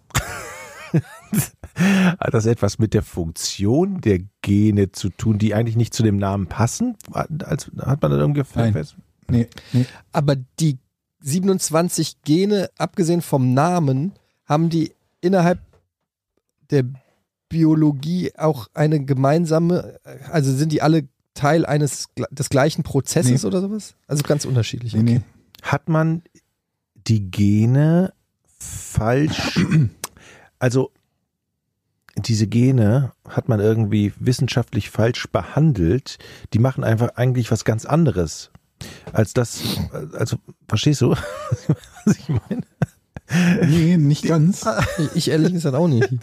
Hat das etwas mit der Funktion der Gene zu tun, die eigentlich nicht zu dem Namen passen? Hat man da irgendwie Nein. fest? Nee. Aber die 27 Gene, abgesehen vom Namen, haben die innerhalb der Biologie auch eine gemeinsame, also sind die alle Teil des gleichen Prozesses Nee. oder sowas? Also ganz unterschiedlich. Nee. Hat man die Gene falsch, also diese Gene hat man irgendwie wissenschaftlich falsch behandelt, die machen einfach eigentlich was ganz anderes als das, also verstehst du, was ich meine? Nee, nicht ganz. Ich ehrlich gesagt auch nicht.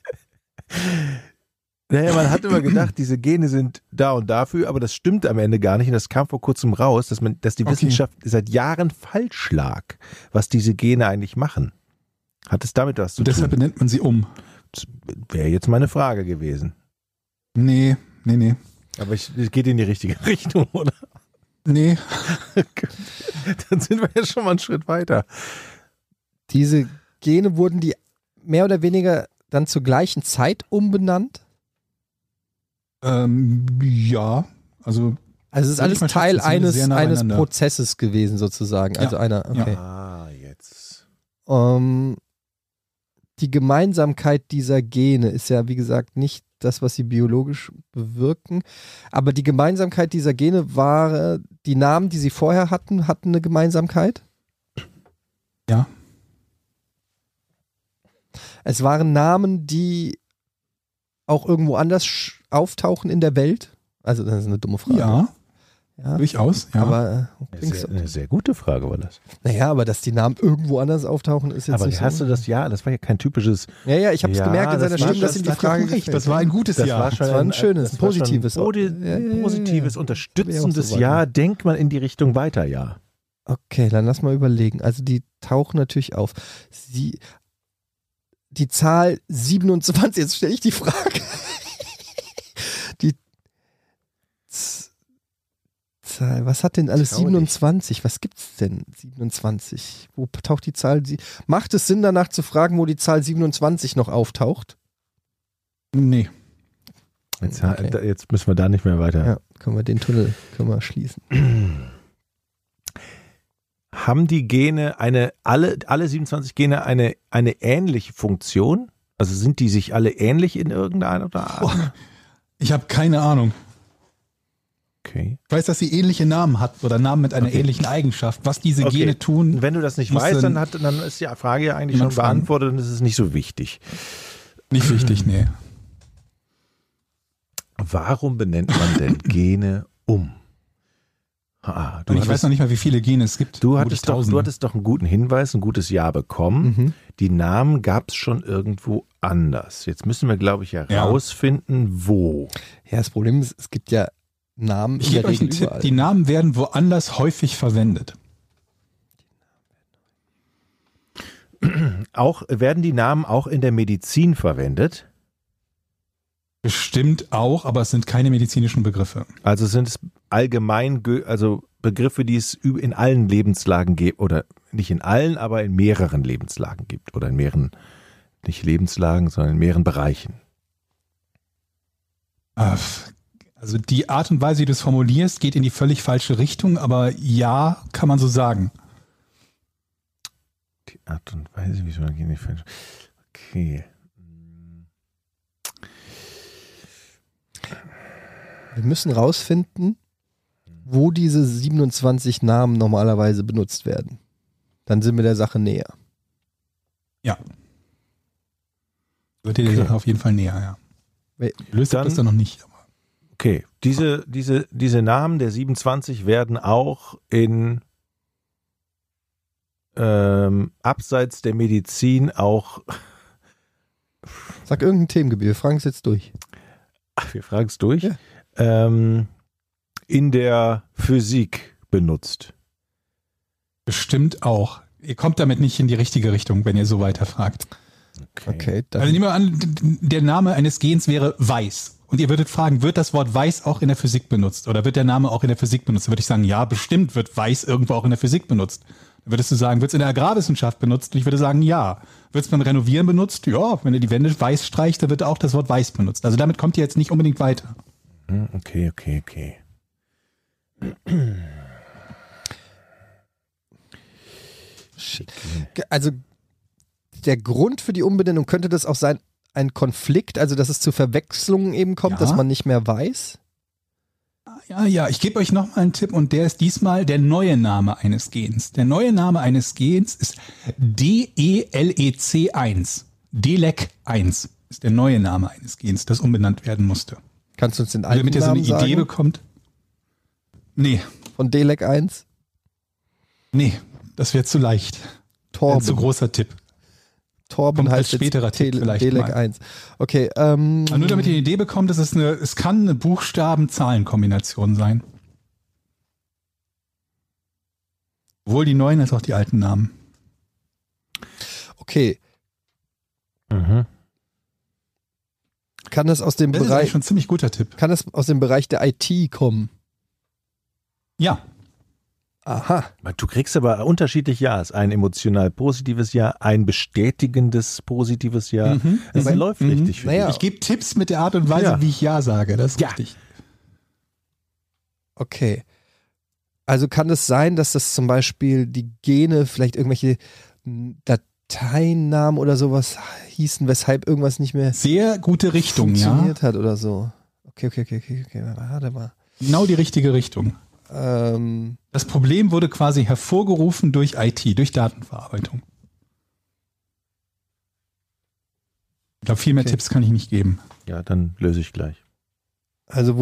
Naja, man hat immer gedacht, diese Gene sind da und dafür, aber das stimmt am Ende gar nicht. Und das kam vor kurzem raus, dass die Wissenschaft seit Jahren falsch lag, was diese Gene eigentlich machen. Hat es damit was zu Und deshalb tun? benennt man sie um. Das wäre jetzt meine Frage gewesen. Nee. Aber es geht in die richtige Richtung, oder? Nee. Dann sind wir ja schon mal einen Schritt weiter. Diese Gene wurden die mehr oder weniger dann zur gleichen Zeit umbenannt? Ja. Also Also es ist Würde alles ich mal schätzen, Teil die sind eines sehr nah beieinander. Prozesses gewesen sozusagen. Also Ja. einer, okay. Ah, jetzt. die Gemeinsamkeit dieser Gene ist ja, wie gesagt, nicht das, was sie biologisch bewirken. Aber die Gemeinsamkeit dieser Gene war, die Namen, die sie vorher hatten eine Gemeinsamkeit? Ja. Es waren Namen, die auch irgendwo anders auftauchen in der Welt? Also, das ist eine dumme Frage. Ja, Ja. durchaus. Ja. Aber Eine sehr gute Frage war das. naja, aber dass die Namen irgendwo anders auftauchen, ist jetzt Aber nicht hast so. du das Jahr? Das war ja kein typisches. Ja, ich habe es Ja, gemerkt in das seiner war Stimme, dass schon- ihm die das hat Frage doch recht. gefällt. Das war ein gutes Jahr. Das war ein schönes, das war schon positives. positives, Ja. unterstützendes Will ich auch so Jahr. sagen. Denk mal in die Richtung weiter, ja. Okay, dann lass mal überlegen. Also die tauchen natürlich auf. Die Zahl 27, jetzt stelle ich die Frage. Die Zahl, was hat denn alles Traurig. 27? Was gibt's denn 27? Wo taucht die Zahl? Macht es Sinn, danach zu fragen, wo die Zahl 27 noch auftaucht? Nee. Jetzt, Okay. jetzt müssen wir da nicht mehr weiter. Ja, können wir den Tunnel schließen. Haben die Gene alle 27 Gene eine ähnliche Funktion? Also sind die sich alle ähnlich in irgendeiner Art? Boah, ich habe keine Ahnung. Okay. Ich weiß, dass sie ähnliche Namen hat oder Namen mit einer Okay. ähnlichen Eigenschaft. Was diese Okay. Gene tun, Wenn du das nicht Muss weißt, dann dann ist die Frage ja eigentlich schon jemand fragen. beantwortet und es ist nicht so wichtig. nicht wichtig, nee. Warum benennt man denn Gene um? Und ich weiß noch nicht mal, wie viele Gene es gibt. Du Vermutlich hattest doch einen guten Hinweis, ein gutes Jahr bekommen. Mhm. Die Namen gab es schon irgendwo anders. Jetzt müssen wir, glaube ich, herausfinden, wo. Ja, das Problem ist, es gibt ja Namen Ich in der gebe euch einen Regel Tipp, überall. die Namen werden woanders häufig verwendet. Werden die Namen auch in der Medizin verwendet? Bestimmt auch, aber es sind keine medizinischen Begriffe. Also sind es allgemein, also Begriffe, die es in allen Lebenslagen gibt, oder nicht in allen, aber in mehreren Lebenslagen gibt, oder in mehreren, nicht Lebenslagen, sondern in mehreren Bereichen. Also die Art und Weise, wie du es formulierst, geht in die völlig falsche Richtung, aber ja, kann man so sagen. Die Art und Weise, wie soll man nicht falsch. Okay. Wir müssen rausfinden, wo diese 27 Namen normalerweise benutzt werden. Dann sind wir der Sache näher. Wird dir die Sache auf jeden Fall näher, ja. Löst Dann- das dann noch nicht. Aber Okay, diese Namen der 27 werden auch in abseits der Medizin auch, Sag irgendein Themengebiet, wir fragen es jetzt durch. wir fragen es durch, Ja. in der Physik benutzt. bestimmt auch. Ihr kommt damit nicht in die richtige Richtung, wenn ihr so weiterfragt. Okay, dann Also nehmen wir an, der Name eines Gens wäre Weiß. Und ihr würdet fragen, wird das Wort Weiß auch in der Physik benutzt? Oder wird der Name auch in der Physik benutzt? Dann würde ich sagen, ja, bestimmt wird Weiß irgendwo auch in der Physik benutzt. Dann würdest du sagen, wird es in der Agrarwissenschaft benutzt? Und ich würde sagen, ja. Wird es beim Renovieren benutzt? Ja, wenn ihr die Wände weiß streicht, dann wird auch das Wort Weiß benutzt. Also damit kommt ihr jetzt nicht unbedingt weiter. Okay. also der Grund für die Umbenennung könnte das auch sein, ein Konflikt, also dass es zu Verwechslungen eben kommt, Ja. dass man nicht mehr weiß. Ja, ich gebe euch noch mal einen Tipp und der ist diesmal der neue Name eines Gens. Der neue Name eines Gens ist DELEC1. DELEC1 ist der neue Name eines Gens, das umbenannt werden musste. Kannst du uns den Also alten damit ihr so eine Namen Idee sagen? bekommt. Nee, Von DELEC 1? das wäre zu leicht. Ein zu Torben. großer Tipp. Torben kommt als heißt jetzt späterer Tipp vielleicht DELEC mal. 1. Okay, Aber nur damit ihr eine Idee bekommt, es kann eine Buchstaben-Zahlen-Kombination sein. Sowohl die neuen als auch die alten Namen. okay. Mhm. Kann das aus dem Das ist eigentlich Bereich, schon ein ziemlich guter Tipp. kann das aus dem Bereich der IT kommen? Ja, Aha. Du kriegst aber unterschiedliche Ja's. Ein emotional positives Jahr, ein bestätigendes positives Jahr. Es läuft richtig für Naja. dich. ich gebe Tipps mit der Art und Weise, Ja. wie ich Ja sage. Das ist Ja. richtig. Okay. Also kann es sein, dass das zum Beispiel die Gene vielleicht irgendwelche Dateinnamen oder sowas hießen, weshalb irgendwas nicht mehr Sehr gute Richtung, ja. funktioniert hat oder so. Okay, warte mal. Genau die richtige Richtung. Das Problem wurde quasi hervorgerufen durch IT, durch Datenverarbeitung. Ich glaube, viel mehr Okay. Tipps kann ich nicht geben. Ja, dann löse ich gleich. Also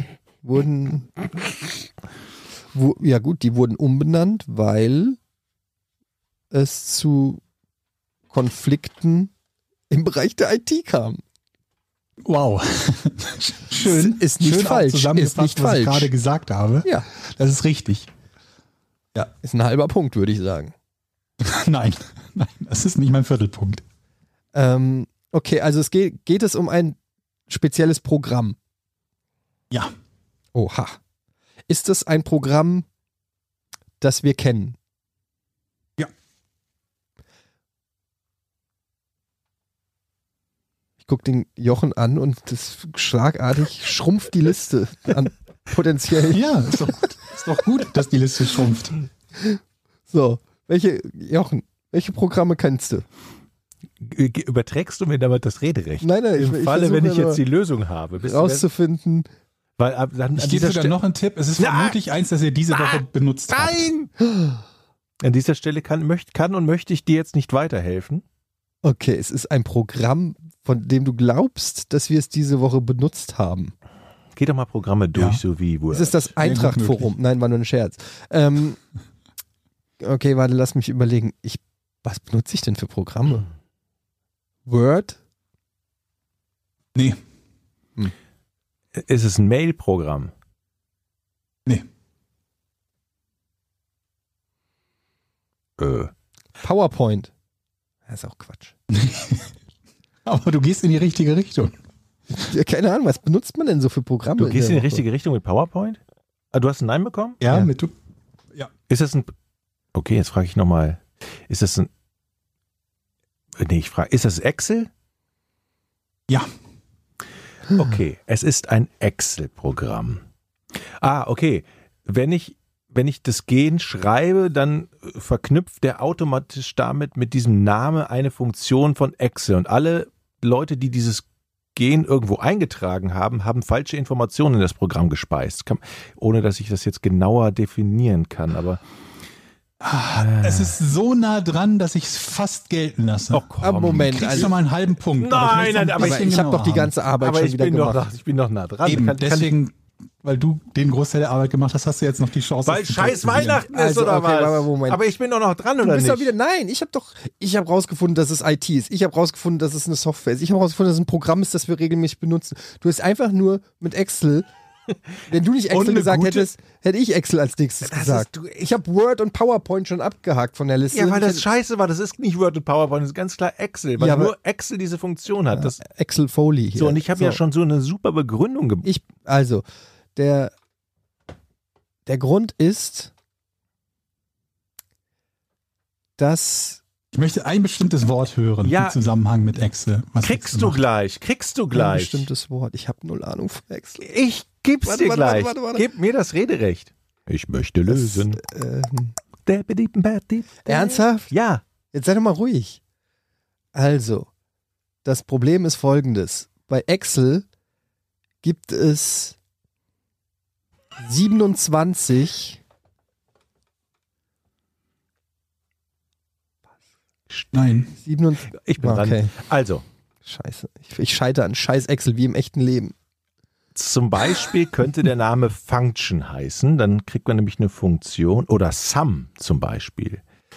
ja gut, die wurden umbenannt, weil es zu Konflikten im Bereich der IT kam. Wow. Schön. Ist nicht schön auch falsch, zusammengefasst, ist nicht was falsch. ich gerade gesagt habe. Ja, Das ist richtig. ist ein halber Punkt, würde ich sagen. Nein, das ist nicht mein Viertelpunkt. Okay, also es geht es um ein spezielles Programm. Ja. Oha. Ist es ein Programm, das wir kennen? Ja. Ich gucke den Jochen an und das schlagartig schrumpft die Liste an potenziell. Ja, ist doch gut. Ist doch gut, dass die Liste schrumpft. So, welche Programme kennst du? Überträgst du mir damit das Rederecht? Nein, Im ich Falle, wenn ich versuche jetzt die Lösung habe. rauszufinden. Weil dann Ich gebe sogar noch einen Tipp. Es ist vermutlich eins, das ihr diese Woche benutzt habt. Nein! An dieser Stelle kann und möchte ich dir jetzt nicht weiterhelfen. Okay, es ist ein Programm, von dem du glaubst, dass wir es diese Woche benutzt haben. Geh doch mal Programme durch, Ja. so wie Word. Es ist das Eintracht-Forum. Nein, war nur ein Scherz. Okay, warte, lass mich überlegen. Was benutze ich denn für Programme? Word? Nee, Ist es ein Mail-Programm? nee. PowerPoint? Das ist auch Quatsch. Aber du gehst in die richtige Richtung. Ja, keine Ahnung, was benutzt man denn so für Programme? Du gehst in die der Woche? richtige Richtung mit PowerPoint? Ah, du hast ein Nein bekommen? Ja, Ja. mit du. Ist das ein... Okay, jetzt frage ich nochmal. Ist das ein... Nee, ich frage, ist das Excel? Ja. Okay, es ist ein Excel-Programm. Ah, okay. Wenn ich das Gen schreibe, dann verknüpft der automatisch damit mit diesem Namen eine Funktion von Excel. Und alle Leute, die dieses Gen irgendwo eingetragen haben, haben falsche Informationen in das Programm gespeist. Ohne dass ich das jetzt genauer definieren kann. Aber Es ist so nah dran, dass ich es fast gelten lasse. oh, komm. Aber Moment, Kriegst also, schon mal einen halben Punkt. Nein, nein, aber aber ich habe doch die ganze Arbeit Aber schon ich wieder bin, gemacht. ich bin doch nah dran. Eben, Kann ich- deswegen, weil du den Großteil der Arbeit gemacht hast, hast du jetzt noch die Chance. weil das zu scheiß kalkulieren. Weihnachten ist Also, oder okay, was? aber Moment. Aber ich bin doch noch dran, Du oder bist nicht? doch wieder, nein, ich habe rausgefunden, dass es IT ist. Ich habe rausgefunden, dass es eine Software ist. Ich habe rausgefunden, dass es ein Programm ist, das wir regelmäßig benutzen. Du hast einfach nur mit Excel, wenn du nicht Und Excel eine gesagt gute- hättest, hätte ich Excel als nächstes Das gesagt. ist- Ich habe Word und PowerPoint schon abgehakt von der Liste. Ja, weil das Ich scheiße war. Das ist nicht Word und PowerPoint, das ist ganz klar Excel, weil Ja, aber- nur Excel diese Funktion hat. Das, hätte Excel Foley hier. so, und ich habe ja schon so eine super Begründung gebracht. Also, der Grund ist, dass Ich möchte ein bestimmtes Wort hören Ja. im Zusammenhang mit Excel. Was Kriegst Excel du macht. gleich. ein bestimmtes Wort. Ich habe null Ahnung von Excel. Ich gib's Warte, dir warte, gleich. warte. Gib mir das Rederecht. Ich möchte lösen. Ernsthaft? Ja. Jetzt sei doch mal ruhig. Also, das Problem ist folgendes. Bei Excel gibt es 27 Nein. 27 Ich bin Okay. dran. Also, Scheiße. Ich scheitere an scheiß Excel wie im echten Leben. zum Beispiel könnte der Name Function heißen. Dann kriegt man nämlich eine Funktion. Oder Sum zum Beispiel.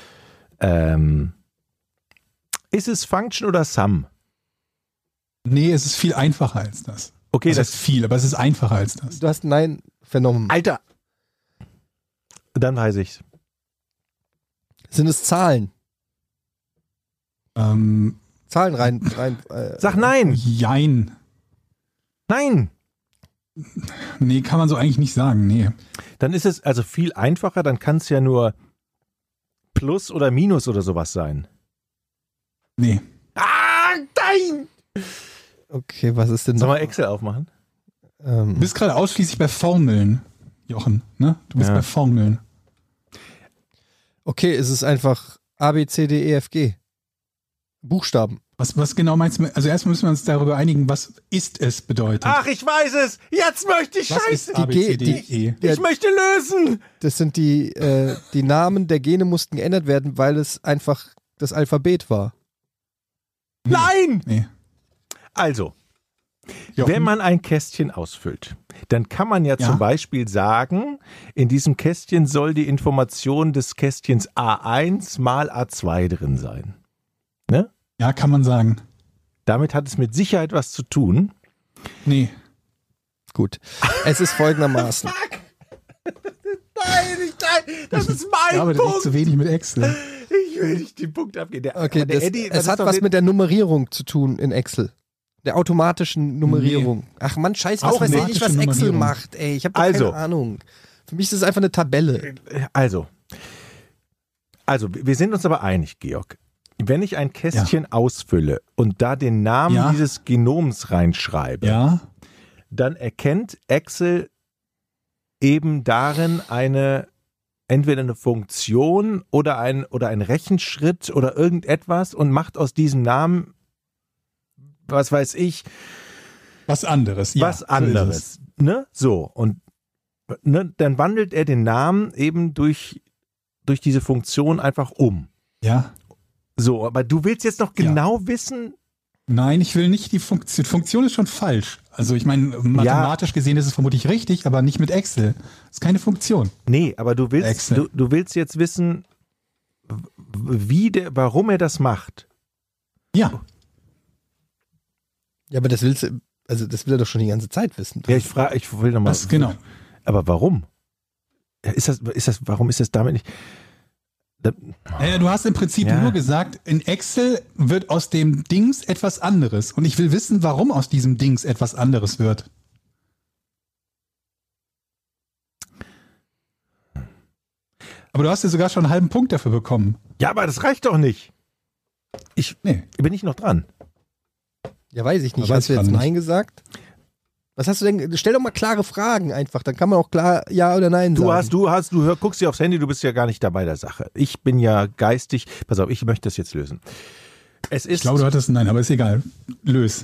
Ist es Function oder Sum? Nee, es ist viel einfacher als das. Okay, Das ist viel, aber es ist einfacher als das. Du hast Nein vernommen. Alter. Dann weiß ich's. Sind es Zahlen? Zahlen rein. Sag nein. Jein. Nein. Nee, kann man so eigentlich nicht sagen. Nee. Dann ist es also viel einfacher. Dann kann es ja nur Plus oder Minus oder sowas sein. Nee. Ah, nein. Okay, was ist denn Sollen noch? wir Excel aufmachen? Du bist gerade ausschließlich bei Formeln, Jochen. Ne? Du bist Ja. bei Formeln. Okay, es ist einfach A, B, C, D, E, F, G. Buchstaben. Was genau meinst du? Also erstmal müssen wir uns darüber einigen, was ist es bedeutet. Ach, ich weiß es. Jetzt möchte ich was scheiße. ist A, B, C, D, E? Ich möchte lösen. Das sind die Namen der Gene mussten geändert werden, weil es einfach das Alphabet war. Nein. Nee. Also, Jochen. wenn man ein Kästchen ausfüllt, dann kann man ja zum Beispiel sagen, in diesem Kästchen soll die Information des Kästchens A1 mal A2 drin sein. Ne? Ja, kann man sagen. Damit hat es mit Sicherheit was zu tun. Nee. Gut. Es ist folgendermaßen. Nein, das ist mein Ja, aber das ist zu wenig mit Excel. Ich will nicht den Punkt abgeben. Okay, es hat was mit der Nummerierung zu tun in Excel. Der automatischen Nummerierung. Nee. Ach man, scheiße, was weiß ich nicht, was Excel macht. Ey, ich habe keine Ahnung. Für mich ist es einfach eine Tabelle. Also, wir sind uns aber einig, Georg. Wenn ich ein Kästchen ausfülle und da den Namen dieses Genoms reinschreibe, dann erkennt Excel eben darin entweder eine Funktion oder ein Rechenschritt oder irgendetwas und macht aus diesem Namen, was weiß ich, was anderes. Ja, was anderes. Ne? So, und ne, dann wandelt er den Namen eben durch diese Funktion einfach um. Ja. So, aber du willst jetzt noch genau wissen. Nein, ich will nicht die Funktion. Funktion ist schon falsch. Also ich meine, mathematisch gesehen ist es vermutlich richtig, aber nicht mit Excel. Das ist keine Funktion. Nee, aber du willst jetzt wissen, warum er das macht. Ja. Ja, aber das will er doch schon die ganze Zeit wissen. Ja, ich will nochmal. Was genau? Aber warum? Warum ist das damit nicht? Naja, du hast im Prinzip nur gesagt, in Excel wird aus dem Dings etwas anderes. Und ich will wissen, warum aus diesem Dings etwas anderes wird. Aber du hast ja sogar schon einen halben Punkt dafür bekommen. Ja, aber das reicht doch nicht. Bin ich noch dran? Ja, weiß ich nicht. Hast du jetzt Nein gesagt? Was hast du denn? Stell doch mal klare Fragen einfach. Dann kann man auch klar Ja oder Nein sagen. Du guckst dir aufs Handy, du bist ja gar nicht dabei der Sache. Ich bin ja geistig. Pass auf, ich möchte das jetzt lösen. Ich glaube, du hattest Nein, aber ist egal. Lös.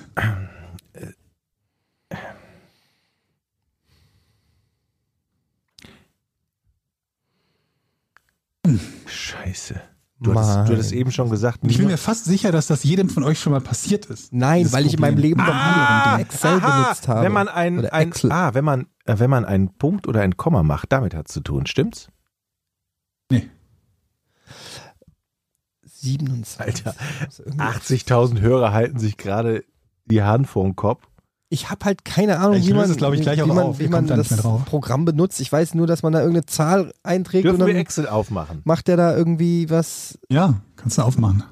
Scheiße. Du hattest eben schon gesagt. Ich bin mir fast sicher, dass das jedem von euch schon mal passiert ist. Nein, weil ich in meinem Leben noch nie Excel benutzt habe. Wenn man wenn man einen Punkt oder ein Komma macht, damit hat es zu tun, stimmt's? Nee. 27. Alter, 80.000 Hörer halten sich gerade die Hand vor den Kopf. Ich habe halt keine Ahnung, wie man das Programm benutzt. Ich weiß nur, dass man da irgendeine Zahl einträgt. Dürfen und dann wir Excel aufmachen? Macht der da irgendwie was? Ja, kannst du aufmachen.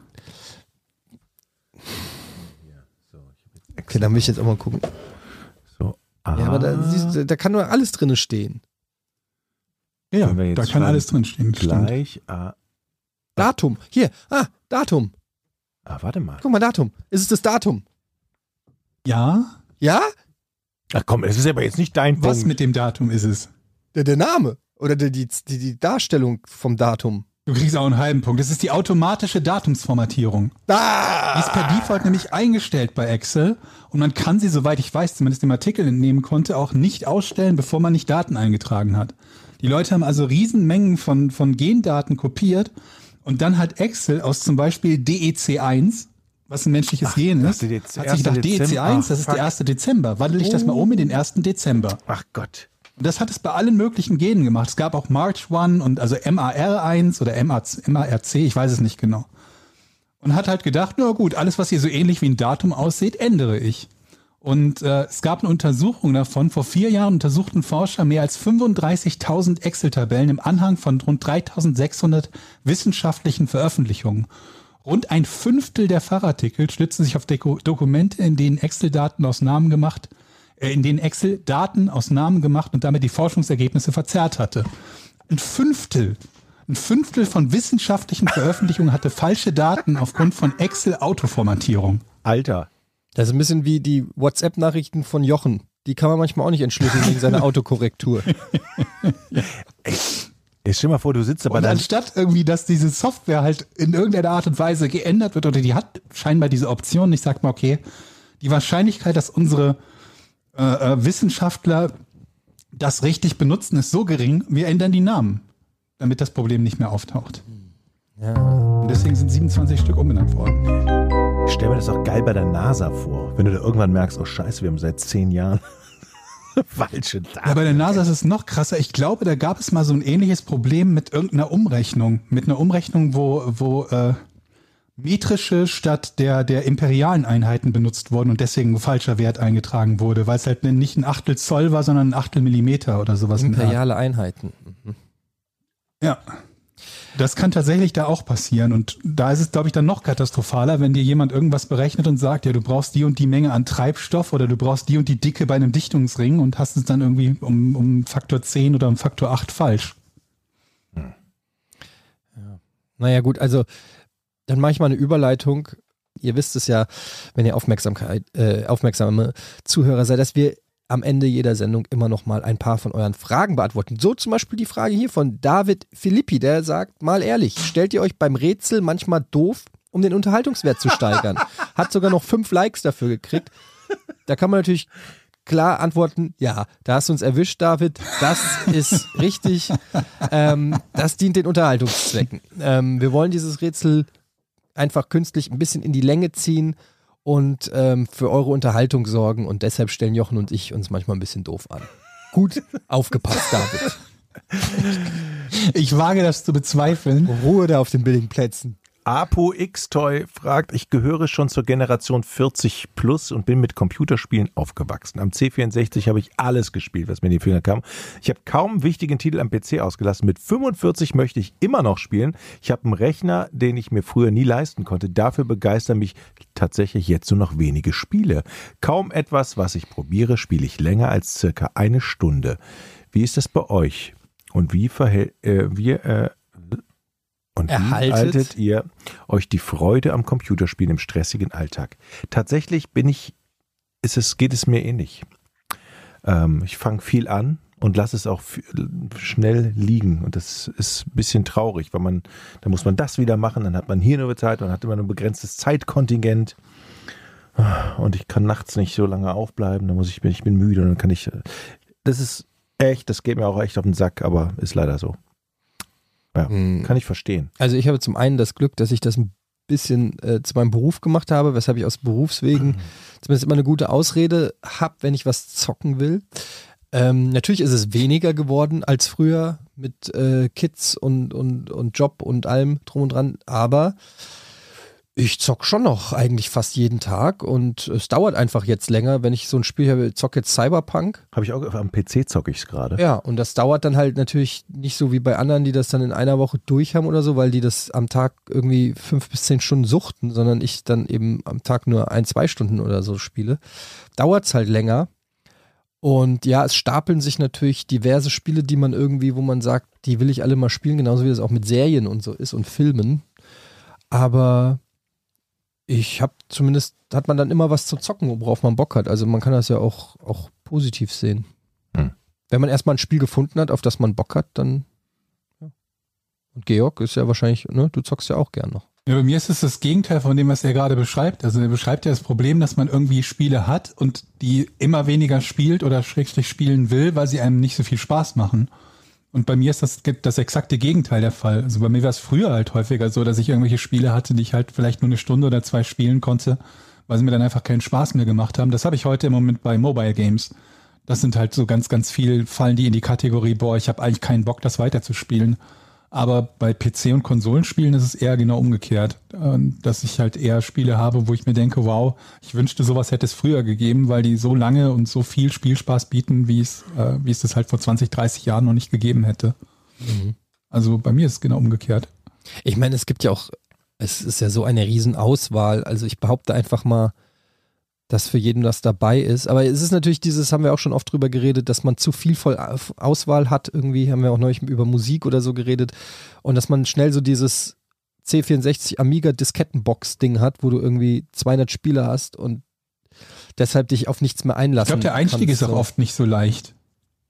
Okay, dann will ich jetzt auch mal gucken. So. Ja, aber da kann nur alles drin stehen. Ja, da kann alles drin stehen. Gleich. Datum. Hier. Datum. Warte mal. Guck mal, Datum. Ist es das Datum? Ja. Ja? Ach komm, es ist aber jetzt nicht dein Punkt. Was mit dem Datum ist es? Der Name. Oder die Darstellung vom Datum. Du kriegst auch einen halben Punkt. Das ist die automatische Datumsformatierung. Die ist per Default nämlich eingestellt bei Excel und man kann sie, soweit ich weiß, zumindest dem Artikel entnehmen konnte, auch nicht ausstellen, bevor man nicht Daten eingetragen hat. Die Leute haben also Riesenmengen von Gendaten kopiert und dann hat Excel aus zum Beispiel DEC1, was ein menschliches Gen ist, hat sich gedacht, DEC1, das ist der 1. Dezember. Wandle ich das mal um in den 1. Dezember. Ach Gott. Und das hat es bei allen möglichen Genen gemacht. Es gab auch March 1 und also MAR1 oder MARC, ich weiß es nicht genau. Und hat halt gedacht, na gut, alles, was hier so ähnlich wie ein Datum aussieht, ändere ich. Und es gab eine Untersuchung davon. Vor 4 Jahren untersuchten Forscher mehr als 35.000 Excel-Tabellen im Anhang von rund 3.600 wissenschaftlichen Veröffentlichungen. Rund ein Fünftel der Fachartikel stützen sich auf Dokumente, in denen Excel Daten aus Namen gemacht und damit die Forschungsergebnisse verzerrt hatte. Ein Fünftel von wissenschaftlichen Veröffentlichungen hatte falsche Daten aufgrund von Excel-Autoformatierung. Alter. Das ist ein bisschen wie die WhatsApp-Nachrichten von Jochen. Die kann man manchmal auch nicht entschlüsseln wegen seiner Autokorrektur. Jetzt stell mal vor, du sitzt aber Und dann. anstatt irgendwie, dass diese Software halt in irgendeiner Art und Weise geändert wird oder die hat scheinbar diese Option, ich sag mal, okay, die Wahrscheinlichkeit, dass unsere Wissenschaftler das richtig benutzen, ist so gering, wir ändern die Namen, damit das Problem nicht mehr auftaucht. Ja. Und deswegen sind 27 Stück umbenannt worden. Ich stell mir das auch geil bei der NASA vor, wenn du da irgendwann merkst, oh Scheiße, wir haben seit 10 Jahren falsche Daten. Ja, bei der NASA ist es noch krasser. Ich glaube, da gab es mal so ein ähnliches Problem mit irgendeiner Umrechnung. Mit einer Umrechnung, wo metrische statt der imperialen Einheiten benutzt wurden und deswegen ein falscher Wert eingetragen wurde, weil es halt nicht ein Achtel Zoll war, sondern ein Achtel Millimeter oder sowas. Imperiale Einheiten. Mhm. Ja. Das kann tatsächlich da auch passieren und da ist es, glaube ich, dann noch katastrophaler, wenn dir jemand irgendwas berechnet und sagt, ja, du brauchst die und die Menge an Treibstoff oder du brauchst die und die Dicke bei einem Dichtungsring und hast es dann irgendwie um Faktor 10 oder um Faktor 8 falsch. Ja. Naja gut, also dann mache ich mal eine Überleitung. Ihr wisst es ja, wenn ihr aufmerksame Zuhörer seid, dass wir am Ende jeder Sendung immer noch mal ein paar von euren Fragen beantworten. So zum Beispiel die Frage hier von David Filippi, der sagt, mal ehrlich, stellt ihr euch beim Rätsel manchmal doof, um den Unterhaltungswert zu steigern? Hat sogar noch 5 Likes dafür gekriegt. Da kann man natürlich klar antworten, ja, da hast du uns erwischt, David, das ist richtig, das dient den Unterhaltungszwecken. Wir wollen dieses Rätsel einfach künstlich ein bisschen in die Länge ziehen und für eure Unterhaltung sorgen und deshalb stellen Jochen und ich uns manchmal ein bisschen doof an. Gut aufgepasst, David. Ich wage das zu bezweifeln. Ruhe da auf den billigen Plätzen. Apo X-Toy fragt, ich gehöre schon zur Generation 40 plus und bin mit Computerspielen aufgewachsen. Am C64 habe ich alles gespielt, was mir in die Finger kam. Ich habe kaum einen wichtigen Titel am PC ausgelassen. Mit 45 möchte ich immer noch spielen. Ich habe einen Rechner, den ich mir früher nie leisten konnte. Dafür begeistern mich tatsächlich jetzt nur noch wenige Spiele. Kaum etwas, was ich probiere, spiele ich länger als circa 1 Stunde. Wie ist das bei euch? Und wie haltet ihr euch die Freude am Computerspielen im stressigen Alltag? Tatsächlich geht es mir ähnlich. Ich fange viel an und lasse es auch schnell liegen. Und das ist ein bisschen traurig, weil da muss man das wieder machen, dann hat man hier nur Zeit, dann hat man ein begrenztes Zeitkontingent. Und ich kann nachts nicht so lange aufbleiben, ich bin müde und dann kann ich. Das geht mir auch echt auf den Sack, aber ist leider so. Ja, kann ich verstehen. Also ich habe zum einen das Glück, dass ich das ein bisschen zu meinem Beruf gemacht habe, weshalb ich aus Berufswegen zumindest immer eine gute Ausrede habe, wenn ich was zocken will. Natürlich ist es weniger geworden als früher mit Kids und Job und allem drum und dran, aber ich zock schon noch eigentlich fast jeden Tag und es dauert einfach jetzt länger, wenn ich so ein Spiel habe, zocke jetzt Cyberpunk. Habe ich auch, am PC zocke ich es gerade. Ja, und das dauert dann halt natürlich nicht so wie bei anderen, die das dann in einer Woche durch haben oder so, weil die das am Tag irgendwie 5 bis 10 Stunden suchten, sondern ich dann eben am Tag nur 1-2 Stunden oder so spiele. Dauert es halt länger. Und ja, es stapeln sich natürlich diverse Spiele, die man irgendwie, wo man sagt, die will ich alle mal spielen, genauso wie das auch mit Serien und so ist und Filmen. Aber hat man dann immer was zu zocken, worauf man Bock hat. Also man kann das ja auch positiv sehen. Wenn man erstmal ein Spiel gefunden hat, auf das man Bock hat, dann ja. Und Georg ist ja wahrscheinlich, ne, du zockst ja auch gern noch. Ja, bei mir ist es das Gegenteil von dem, was er gerade beschreibt. Also er beschreibt ja das Problem, dass man irgendwie Spiele hat und die immer weniger spielt oder schrägstrich spielen will, weil sie einem nicht so viel Spaß machen. Und bei mir ist das exakte Gegenteil der Fall. Also bei mir war es früher halt häufiger so, dass ich irgendwelche Spiele hatte, die ich halt vielleicht nur 1 Stunde oder 2 spielen konnte, weil sie mir dann einfach keinen Spaß mehr gemacht haben. Das habe ich heute im Moment bei Mobile Games. Das sind halt so ganz, ganz viel, fallen die in die Kategorie, ich habe eigentlich keinen Bock, das weiterzuspielen. Aber bei PC- und Konsolenspielen ist es eher genau umgekehrt, dass ich halt eher Spiele habe, wo ich mir denke, wow, ich wünschte, sowas hätte es früher gegeben, weil die so lange und so viel Spielspaß bieten, wie es das halt vor 20, 30 Jahren noch nicht gegeben hätte. Mhm. Also bei mir ist es genau umgekehrt. Ich meine, es ist ja so eine Riesenauswahl. Also ich behaupte einfach mal, dass für jeden das dabei ist. Aber es ist natürlich haben wir auch schon oft drüber geredet, dass man zu viel voll Auswahl hat. Irgendwie haben wir auch neulich über Musik oder so geredet. Und dass man schnell so dieses C64 Amiga Diskettenbox-Ding hat, wo du irgendwie 200 Spiele hast und deshalb dich auf nichts mehr einlassen Ich glaube, der Einstieg ist auch oft nicht so leicht.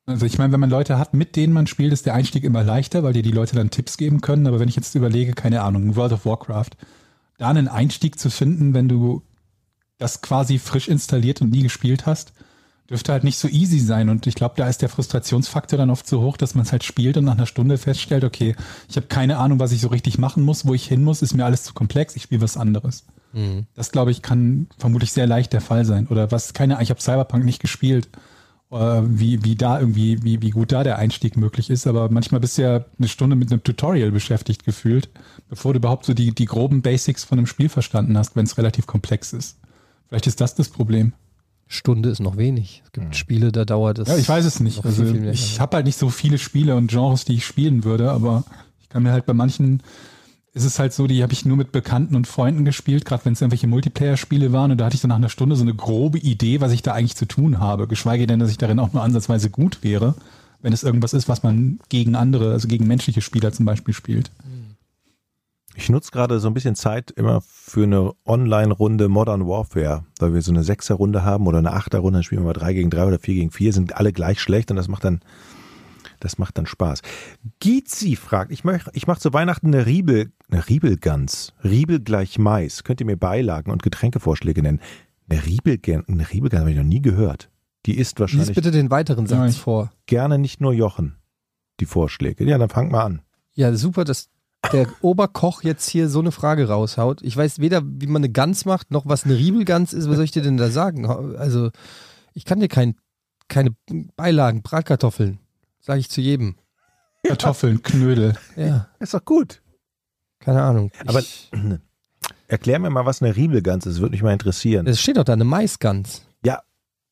Also ich meine, wenn man Leute hat, mit denen man spielt, ist der Einstieg immer leichter, weil dir die Leute dann Tipps geben können. Aber wenn ich jetzt überlege, keine Ahnung, World of Warcraft, da einen Einstieg zu finden, wenn du das quasi frisch installiert und nie gespielt hast, dürfte halt nicht so easy sein. Und ich glaube, da ist der Frustrationsfaktor dann oft so hoch, dass man es halt spielt und nach einer Stunde feststellt, okay, ich habe keine Ahnung, was ich so richtig machen muss, wo ich hin muss, ist mir alles zu komplex, ich spiele was anderes. Das, glaube ich, kann vermutlich sehr leicht der Fall sein. Oder was, ich habe Cyberpunk nicht gespielt, wie gut da der Einstieg möglich ist, aber manchmal bist du ja eine Stunde mit einem Tutorial beschäftigt gefühlt, bevor du überhaupt so die groben Basics von einem Spiel verstanden hast, wenn es relativ komplex ist. Vielleicht ist das Problem. Stunde ist noch wenig. Es gibt Spiele, da dauert es. Ja, ich weiß es nicht. Also ich habe halt nicht so viele Spiele und Genres, die ich spielen würde, aber ich kann mir halt bei manchen, ist es halt so, die habe ich nur mit Bekannten und Freunden gespielt, gerade wenn es irgendwelche Multiplayer-Spiele waren und da hatte ich dann nach einer Stunde so eine grobe Idee, was ich da eigentlich zu tun habe, geschweige denn, dass ich darin auch nur ansatzweise gut wäre, wenn es irgendwas ist, was man gegen andere, also gegen menschliche Spieler zum Beispiel spielt. Ich nutze gerade so ein bisschen Zeit immer für eine Online-Runde Modern Warfare, weil wir so eine 6er-Runde haben oder eine 8er-Runde, dann spielen wir mal 3 gegen 3 oder 4 gegen 4, sind alle gleich schlecht und das macht dann Spaß. Gizi fragt, ich mach zu Weihnachten eine Riebelgans. Riebel gleich Mais. Könnt ihr mir Beilagen und Getränkevorschläge nennen? Eine Riebelgans habe ich noch nie gehört. Die ist wahrscheinlich... Lies bitte den weiteren Satz vor. Gerne nicht nur Jochen, die Vorschläge. Ja, dann fang mal an. Ja, super, dass der Oberkoch jetzt hier so eine Frage raushaut. Ich weiß weder, wie man eine Gans macht, noch was eine Riebelgans ist. Was soll ich dir denn da sagen? Also, ich kann dir keine Beilagen, Bratkartoffeln. Sage ich zu jedem. Kartoffeln, Knödel. Ja. Ist doch gut. Keine Ahnung. Aber erklär mir mal, was eine Riebelgans ist. Würde mich mal interessieren. Es steht doch da, eine Maisgans. Ja.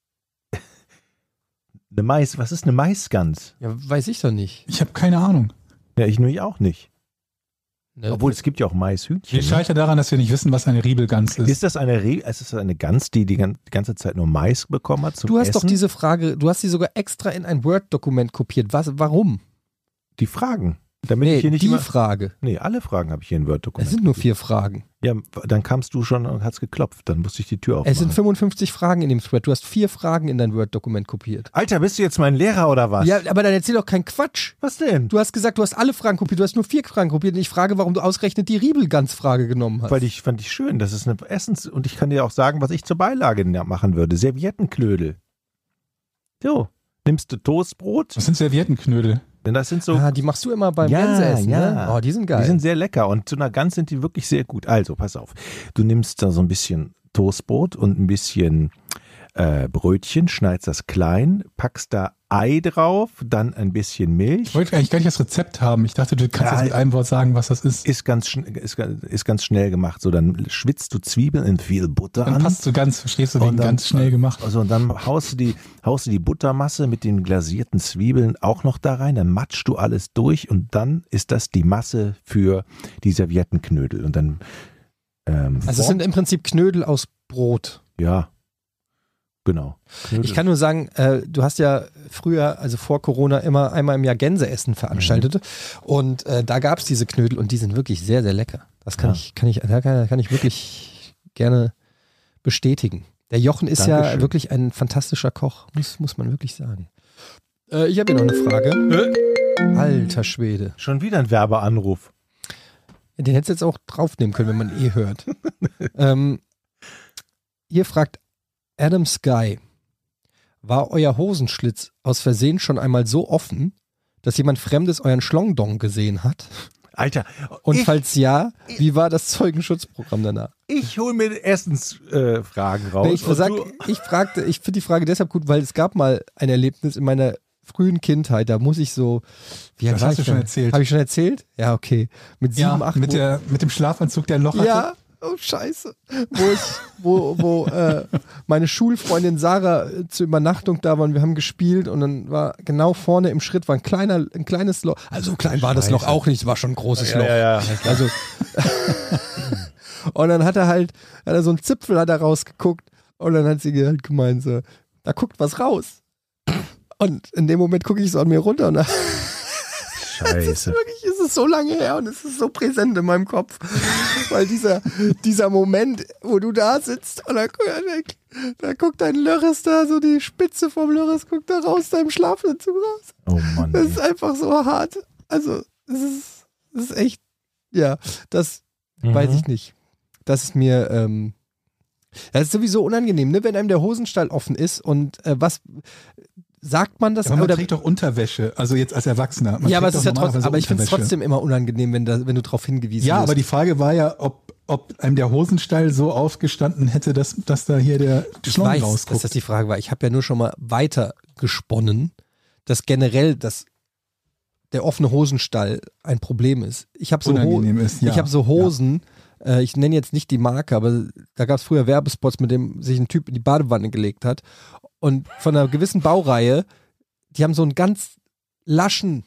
Was ist eine Maisgans? Ja, weiß ich doch nicht. Ich habe keine Ahnung. Ja, ich nämlich auch nicht. Ne? Obwohl, es gibt ja auch Maishühnchen. Wir scheitern daran, dass wir nicht wissen, was eine Riebelgans ist. Ist das eine Gans, die ganze Zeit nur Mais bekommen hat zum Du hast Essen? doch diese Frage, du hast sie sogar extra in ein Word-Dokument kopiert. Warum? Die Fragen. Damit ich hier nicht die immer, Frage. Nee, alle Fragen habe ich hier in Es Word-Dokument. sind nur 4 Fragen. Ja, dann kamst du schon und hast geklopft. Dann musste ich die Tür aufmachen. Es sind 55 Fragen in dem Thread. Du hast 4 Fragen in dein Word-Dokument kopiert. Alter, bist du jetzt mein Lehrer oder was? Ja, aber dann erzähl doch keinen Quatsch. Was denn? Du hast gesagt, du hast alle Fragen kopiert. Du hast nur 4 Fragen kopiert. Und ich frage, warum du ausgerechnet die Riebelgans-Frage genommen hast. Weil fand ich schön. Das ist eine und ich kann dir auch sagen, was ich zur Beilage machen würde. Serviettenknödel. So, nimmst du Toastbrot? Was sind Serviettenknödel? Denn das sind so. Die machst du immer beim Ja, Gänseessen, ja. ne? Oh, die sind geil. Die sind sehr lecker und zu einer Gans sind die wirklich sehr gut. Also, pass auf. Du nimmst da so ein bisschen Toastbrot und ein bisschen Brötchen, schneidest das klein, packst da Ei drauf, dann ein bisschen Milch. Ich wollte eigentlich gar nicht das Rezept haben. Ich dachte, du kannst jetzt mit einem Wort sagen, was das ist. Ist ganz schnell gemacht. So, dann schwitzt du Zwiebeln in viel Butter Dann an. passt du ganz, verstehst du, Und den dann- ganz schnell gemacht. Also, und dann haust du die Buttermasse mit den glasierten Zwiebeln auch noch da rein, dann matschst du alles durch und dann ist das die Masse für die Serviettenknödel. Und dann Also es sind im Prinzip Knödel aus Brot. ja, genau. Knödel. Ich kann nur sagen, du hast ja früher, also vor Corona, immer einmal im Jahr Gänseessen veranstaltet und da gab es diese Knödel und die sind wirklich sehr, sehr lecker. Das kann ich wirklich gerne bestätigen. Der Jochen ist ja Dankeschön. wirklich ein fantastischer Koch, muss man wirklich sagen. Ich habe hier noch eine Frage. Alter Schwede. Schon wieder ein Werbeanruf. Den hättest du jetzt auch draufnehmen können, wenn man hört. Hier fragt Adam Sky, war euer Hosenschlitz aus Versehen schon einmal so offen, dass jemand Fremdes euren Schlongdong gesehen hat? Alter, Und falls ja, wie war das Zeugenschutzprogramm danach? ich hole mir erstens Fragen raus. Nee, ich finde die Frage deshalb gut, weil es gab mal ein Erlebnis in meiner frühen Kindheit, da muss ich so, wie alt Das war hast ich du schon da? erzählt. Habe ich schon erzählt? Ja, okay. Mit 7, 8 mit dem Schlafanzug, der ein Loch hatte. Ja, oh scheiße. Wo meine Schulfreundin Sarah zur Übernachtung da war und wir haben gespielt und dann war genau vorne im Schritt war ein kleines Loch. Also so klein war das Loch auch nicht, es war schon ein großes Loch. Ja. Also und dann hat er so einen Zipfel hat er rausgeguckt und dann hat sie halt gemeint so, da guckt was raus. Und in dem Moment gucke ich so an mir runter und da Scheiße. ist ist so lange her und es ist so präsent in meinem Kopf. Weil dieser Moment, wo du da sitzt und da guckt dein Lörres da, so die Spitze vom Lörres guckt da raus, deinem Schlafanzug raus. Oh Mann. Das ist einfach so hart. Also, es ist echt, ja, das weiß ich nicht. Das ist mir, das ist sowieso unangenehm, ne? Wenn einem der Hosenstall offen ist und was sagt man das? Aber man oder trägt doch Unterwäsche, also jetzt als Erwachsener. Ja, aber es ist ja trotzdem, aber ich finde es trotzdem immer unangenehm, wenn du darauf hingewiesen wirst. Ja, aber die Frage war ja, ob einem der Hosenstall so aufgestanden hätte, dass da hier der Schlong ich weiß, rausguckt. dass das die Frage war. Ich habe ja nur schon mal weiter gesponnen, dass generell der offene Hosenstall ein Problem ist. Ich habe so, ich hab so Hosen, ich nenne jetzt nicht die Marke, aber da gab es früher Werbespots, mit dem sich ein Typ in die Badewanne gelegt hat. Und von einer gewissen Baureihe, die haben so einen ganz laschen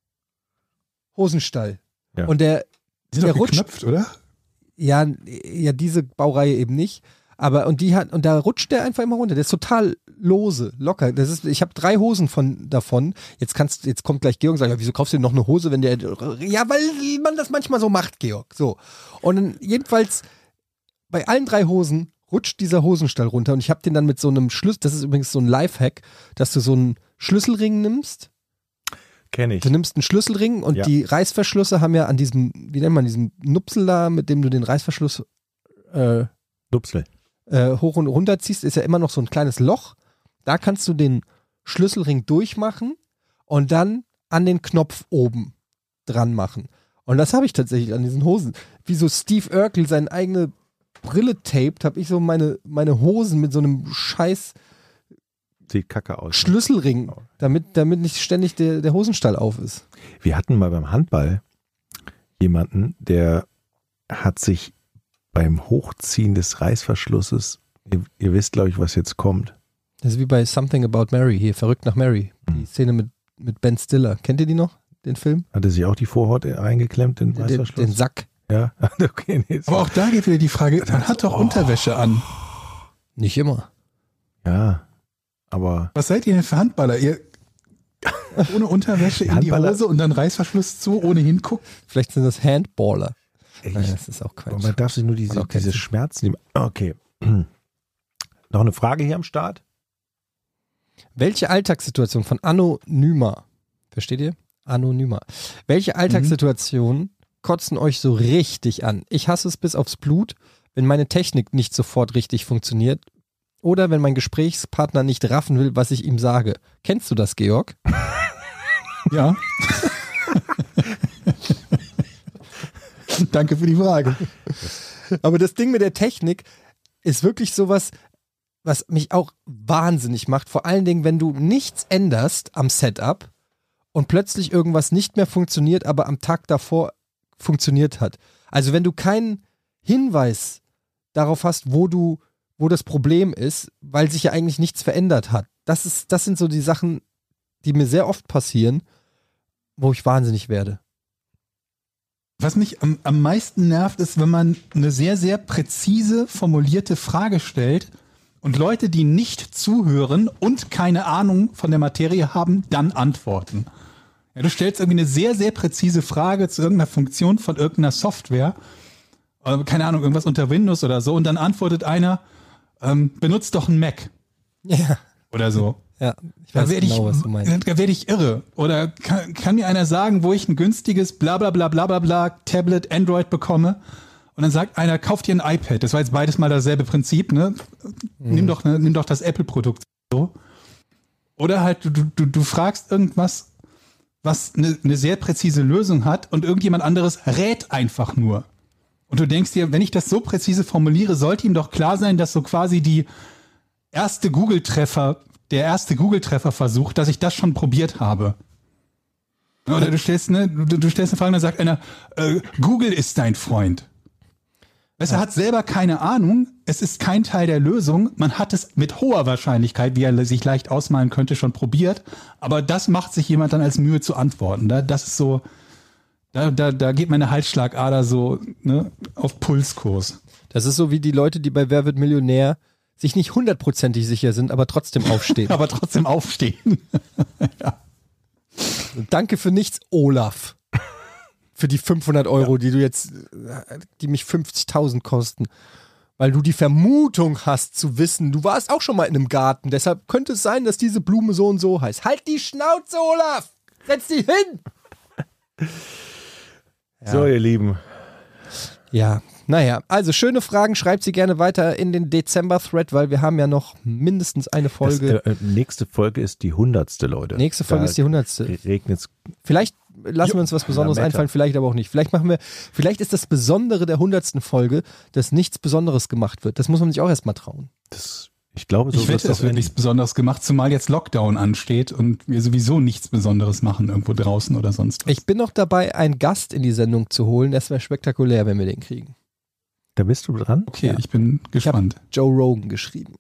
Hosenstall. Ja. Und der rutscht, geknöpft, oder? Ja, diese Baureihe eben nicht. Aber und da rutscht der einfach immer runter. Der ist total lose, locker. Ich habe 3 Hosen davon. Jetzt kommt gleich Georg und sagt, ja, wieso kaufst du denn noch eine Hose, wenn der. Ja, weil man das manchmal so macht, Georg. So. Und dann jedenfalls bei allen 3 Hosen rutscht dieser Hosenstall runter und ich habe den dann mit so einem Schlüssel, das ist übrigens so ein Lifehack, dass du so einen Schlüsselring nimmst. Kenn ich. Du nimmst einen Schlüsselring und die Reißverschlüsse haben ja an diesem, wie nennt man, diesem Nupsel da, mit dem du den Reißverschluss Nupsel. Hoch und runter ziehst, ist ja immer noch so ein kleines Loch. Da kannst du den Schlüsselring durchmachen und dann an den Knopf oben dran machen. Und das habe ich tatsächlich an diesen Hosen. Wie so Steve Urkel seine eigene Brille taped, habe ich so meine Hosen mit so einem scheiß Sieht kacke aus. Schlüsselring, damit nicht ständig der Hosenstall auf ist. Wir hatten mal beim Handball jemanden, der hat sich beim Hochziehen des Reißverschlusses, ihr wisst, glaube ich, was jetzt kommt. Das ist wie bei Something About Mary, hier, Verrückt nach Mary. Die Szene mit Ben Stiller. Kennt ihr die noch, den Film? Hat er sich auch die Vorhaut eingeklemmt, den Reißverschluss? Den Sack. Ja, okay. Nee, aber auch da geht wieder die Frage, man hat doch Unterwäsche an. Nicht immer. Ja, aber... Was seid ihr denn für Handballer? Ihr ohne Unterwäsche in die Hose und dann Reißverschluss zu, ohne hingucken? Vielleicht sind das Handballer. Naja, das ist auch Quatsch. Man darf sich nur diese Schmerzen nehmen. Okay. Noch eine Frage hier am Start? Welche Alltagssituation von Anonyma, versteht ihr? Anonyma. Welche Alltagssituation kotzen euch so richtig an? Ich hasse es bis aufs Blut, wenn meine Technik nicht sofort richtig funktioniert oder wenn mein Gesprächspartner nicht raffen will, was ich ihm sage. Kennst du das, Georg? Ja. Danke für die Frage. Aber das Ding mit der Technik ist wirklich sowas, was mich auch wahnsinnig macht. Vor allen Dingen, wenn du nichts änderst am Setup und plötzlich irgendwas nicht mehr funktioniert, aber am Tag davor funktioniert hat. Also wenn du keinen Hinweis darauf hast, wo das Problem ist, weil sich ja eigentlich nichts verändert hat. Das sind so die Sachen, die mir sehr oft passieren, wo ich wahnsinnig werde. Was mich am meisten nervt, ist, wenn man eine sehr, sehr präzise formulierte Frage stellt und Leute, die nicht zuhören und keine Ahnung von der Materie haben, dann antworten. Ja, du stellst irgendwie eine sehr, sehr präzise Frage zu irgendeiner Funktion von irgendeiner Software, keine Ahnung, irgendwas unter Windows oder so, und dann antwortet einer, benutzt doch einen Mac. Ja. Oder so. Ja, ich weiß genau, was du meinst. Da werde ich irre. Oder kann mir einer sagen, wo ich ein günstiges Blablabla Tablet, Android bekomme? Und dann sagt einer, kauf dir ein iPad. Das war jetzt beides mal dasselbe Prinzip, ne? Nimm doch das Apple-Produkt. So. Oder halt, du fragst irgendwas, was eine sehr präzise Lösung hat und irgendjemand anderes rät einfach nur. Und du denkst dir, wenn ich das so präzise formuliere, sollte ihm doch klar sein, dass so quasi der erste Google-Treffer-Versuch, dass ich das schon probiert habe. Oder du stellst eine Frage und dann sagt einer, Google ist dein Freund. Er hat selber keine Ahnung, es ist kein Teil der Lösung, man hat es mit hoher Wahrscheinlichkeit, wie er sich leicht ausmalen könnte, schon probiert, aber das macht sich jemand dann als Mühe zu antworten. Das ist so, da geht meine Halsschlagader so, ne, auf Pulskurs. Das ist so wie die Leute, die bei Wer wird Millionär sich nicht 100%ig sicher sind, aber trotzdem aufstehen. Ja. Danke für nichts, Olaf. für die 500 Euro, die mich 50.000 kosten. Weil du die Vermutung hast zu wissen, du warst auch schon mal in einem Garten, deshalb könnte es sein, dass diese Blume so und so heißt. Halt die Schnauze, Olaf! Setz die hin! So, ihr Lieben. Ja, naja, also schöne Fragen, schreibt sie gerne weiter in den Dezember-Thread, weil wir haben ja noch mindestens eine Folge. Nächste Folge ist die 100. Leute. Nächste Folge ist die 100. Regnet's. Vielleicht lassen wir uns was Besonderes einfallen, vielleicht aber auch nicht. Vielleicht ist das Besondere der 100. Folge, dass nichts Besonderes gemacht wird. Das muss man sich auch erstmal trauen. Ich glaube, so Ich wette, es wird nichts Besonderes gemacht, zumal jetzt Lockdown ansteht und wir sowieso nichts Besonderes machen, irgendwo draußen oder sonst was. Ich bin noch dabei, einen Gast in die Sendung zu holen. Das wäre spektakulär, wenn wir den kriegen. Da bist du dran? Okay, ich bin gespannt. Ich habe Joe Rogan geschrieben.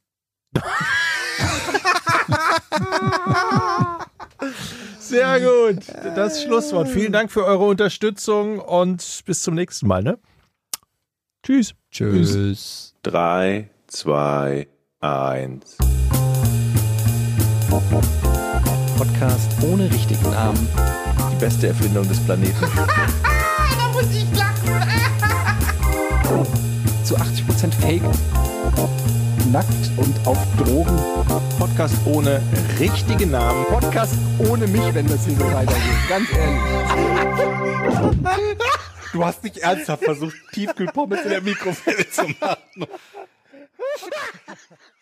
Sehr gut. Das Schlusswort. Vielen Dank für eure Unterstützung und bis zum nächsten Mal. Ne? Tschüss. Tschüss. 3, 2, 1. Podcast ohne richtigen Namen. Die beste Erfindung des Planeten. Da muss ich lachen. Zu 80% Fake. Nackt und auf Drogen. Podcast ohne richtigen Namen. Podcast ohne mich, wenn das hier so weitergeht. Ganz ehrlich. Du hast nicht ernsthaft versucht, Tiefkühlpommes in der Mikrowelle zu machen.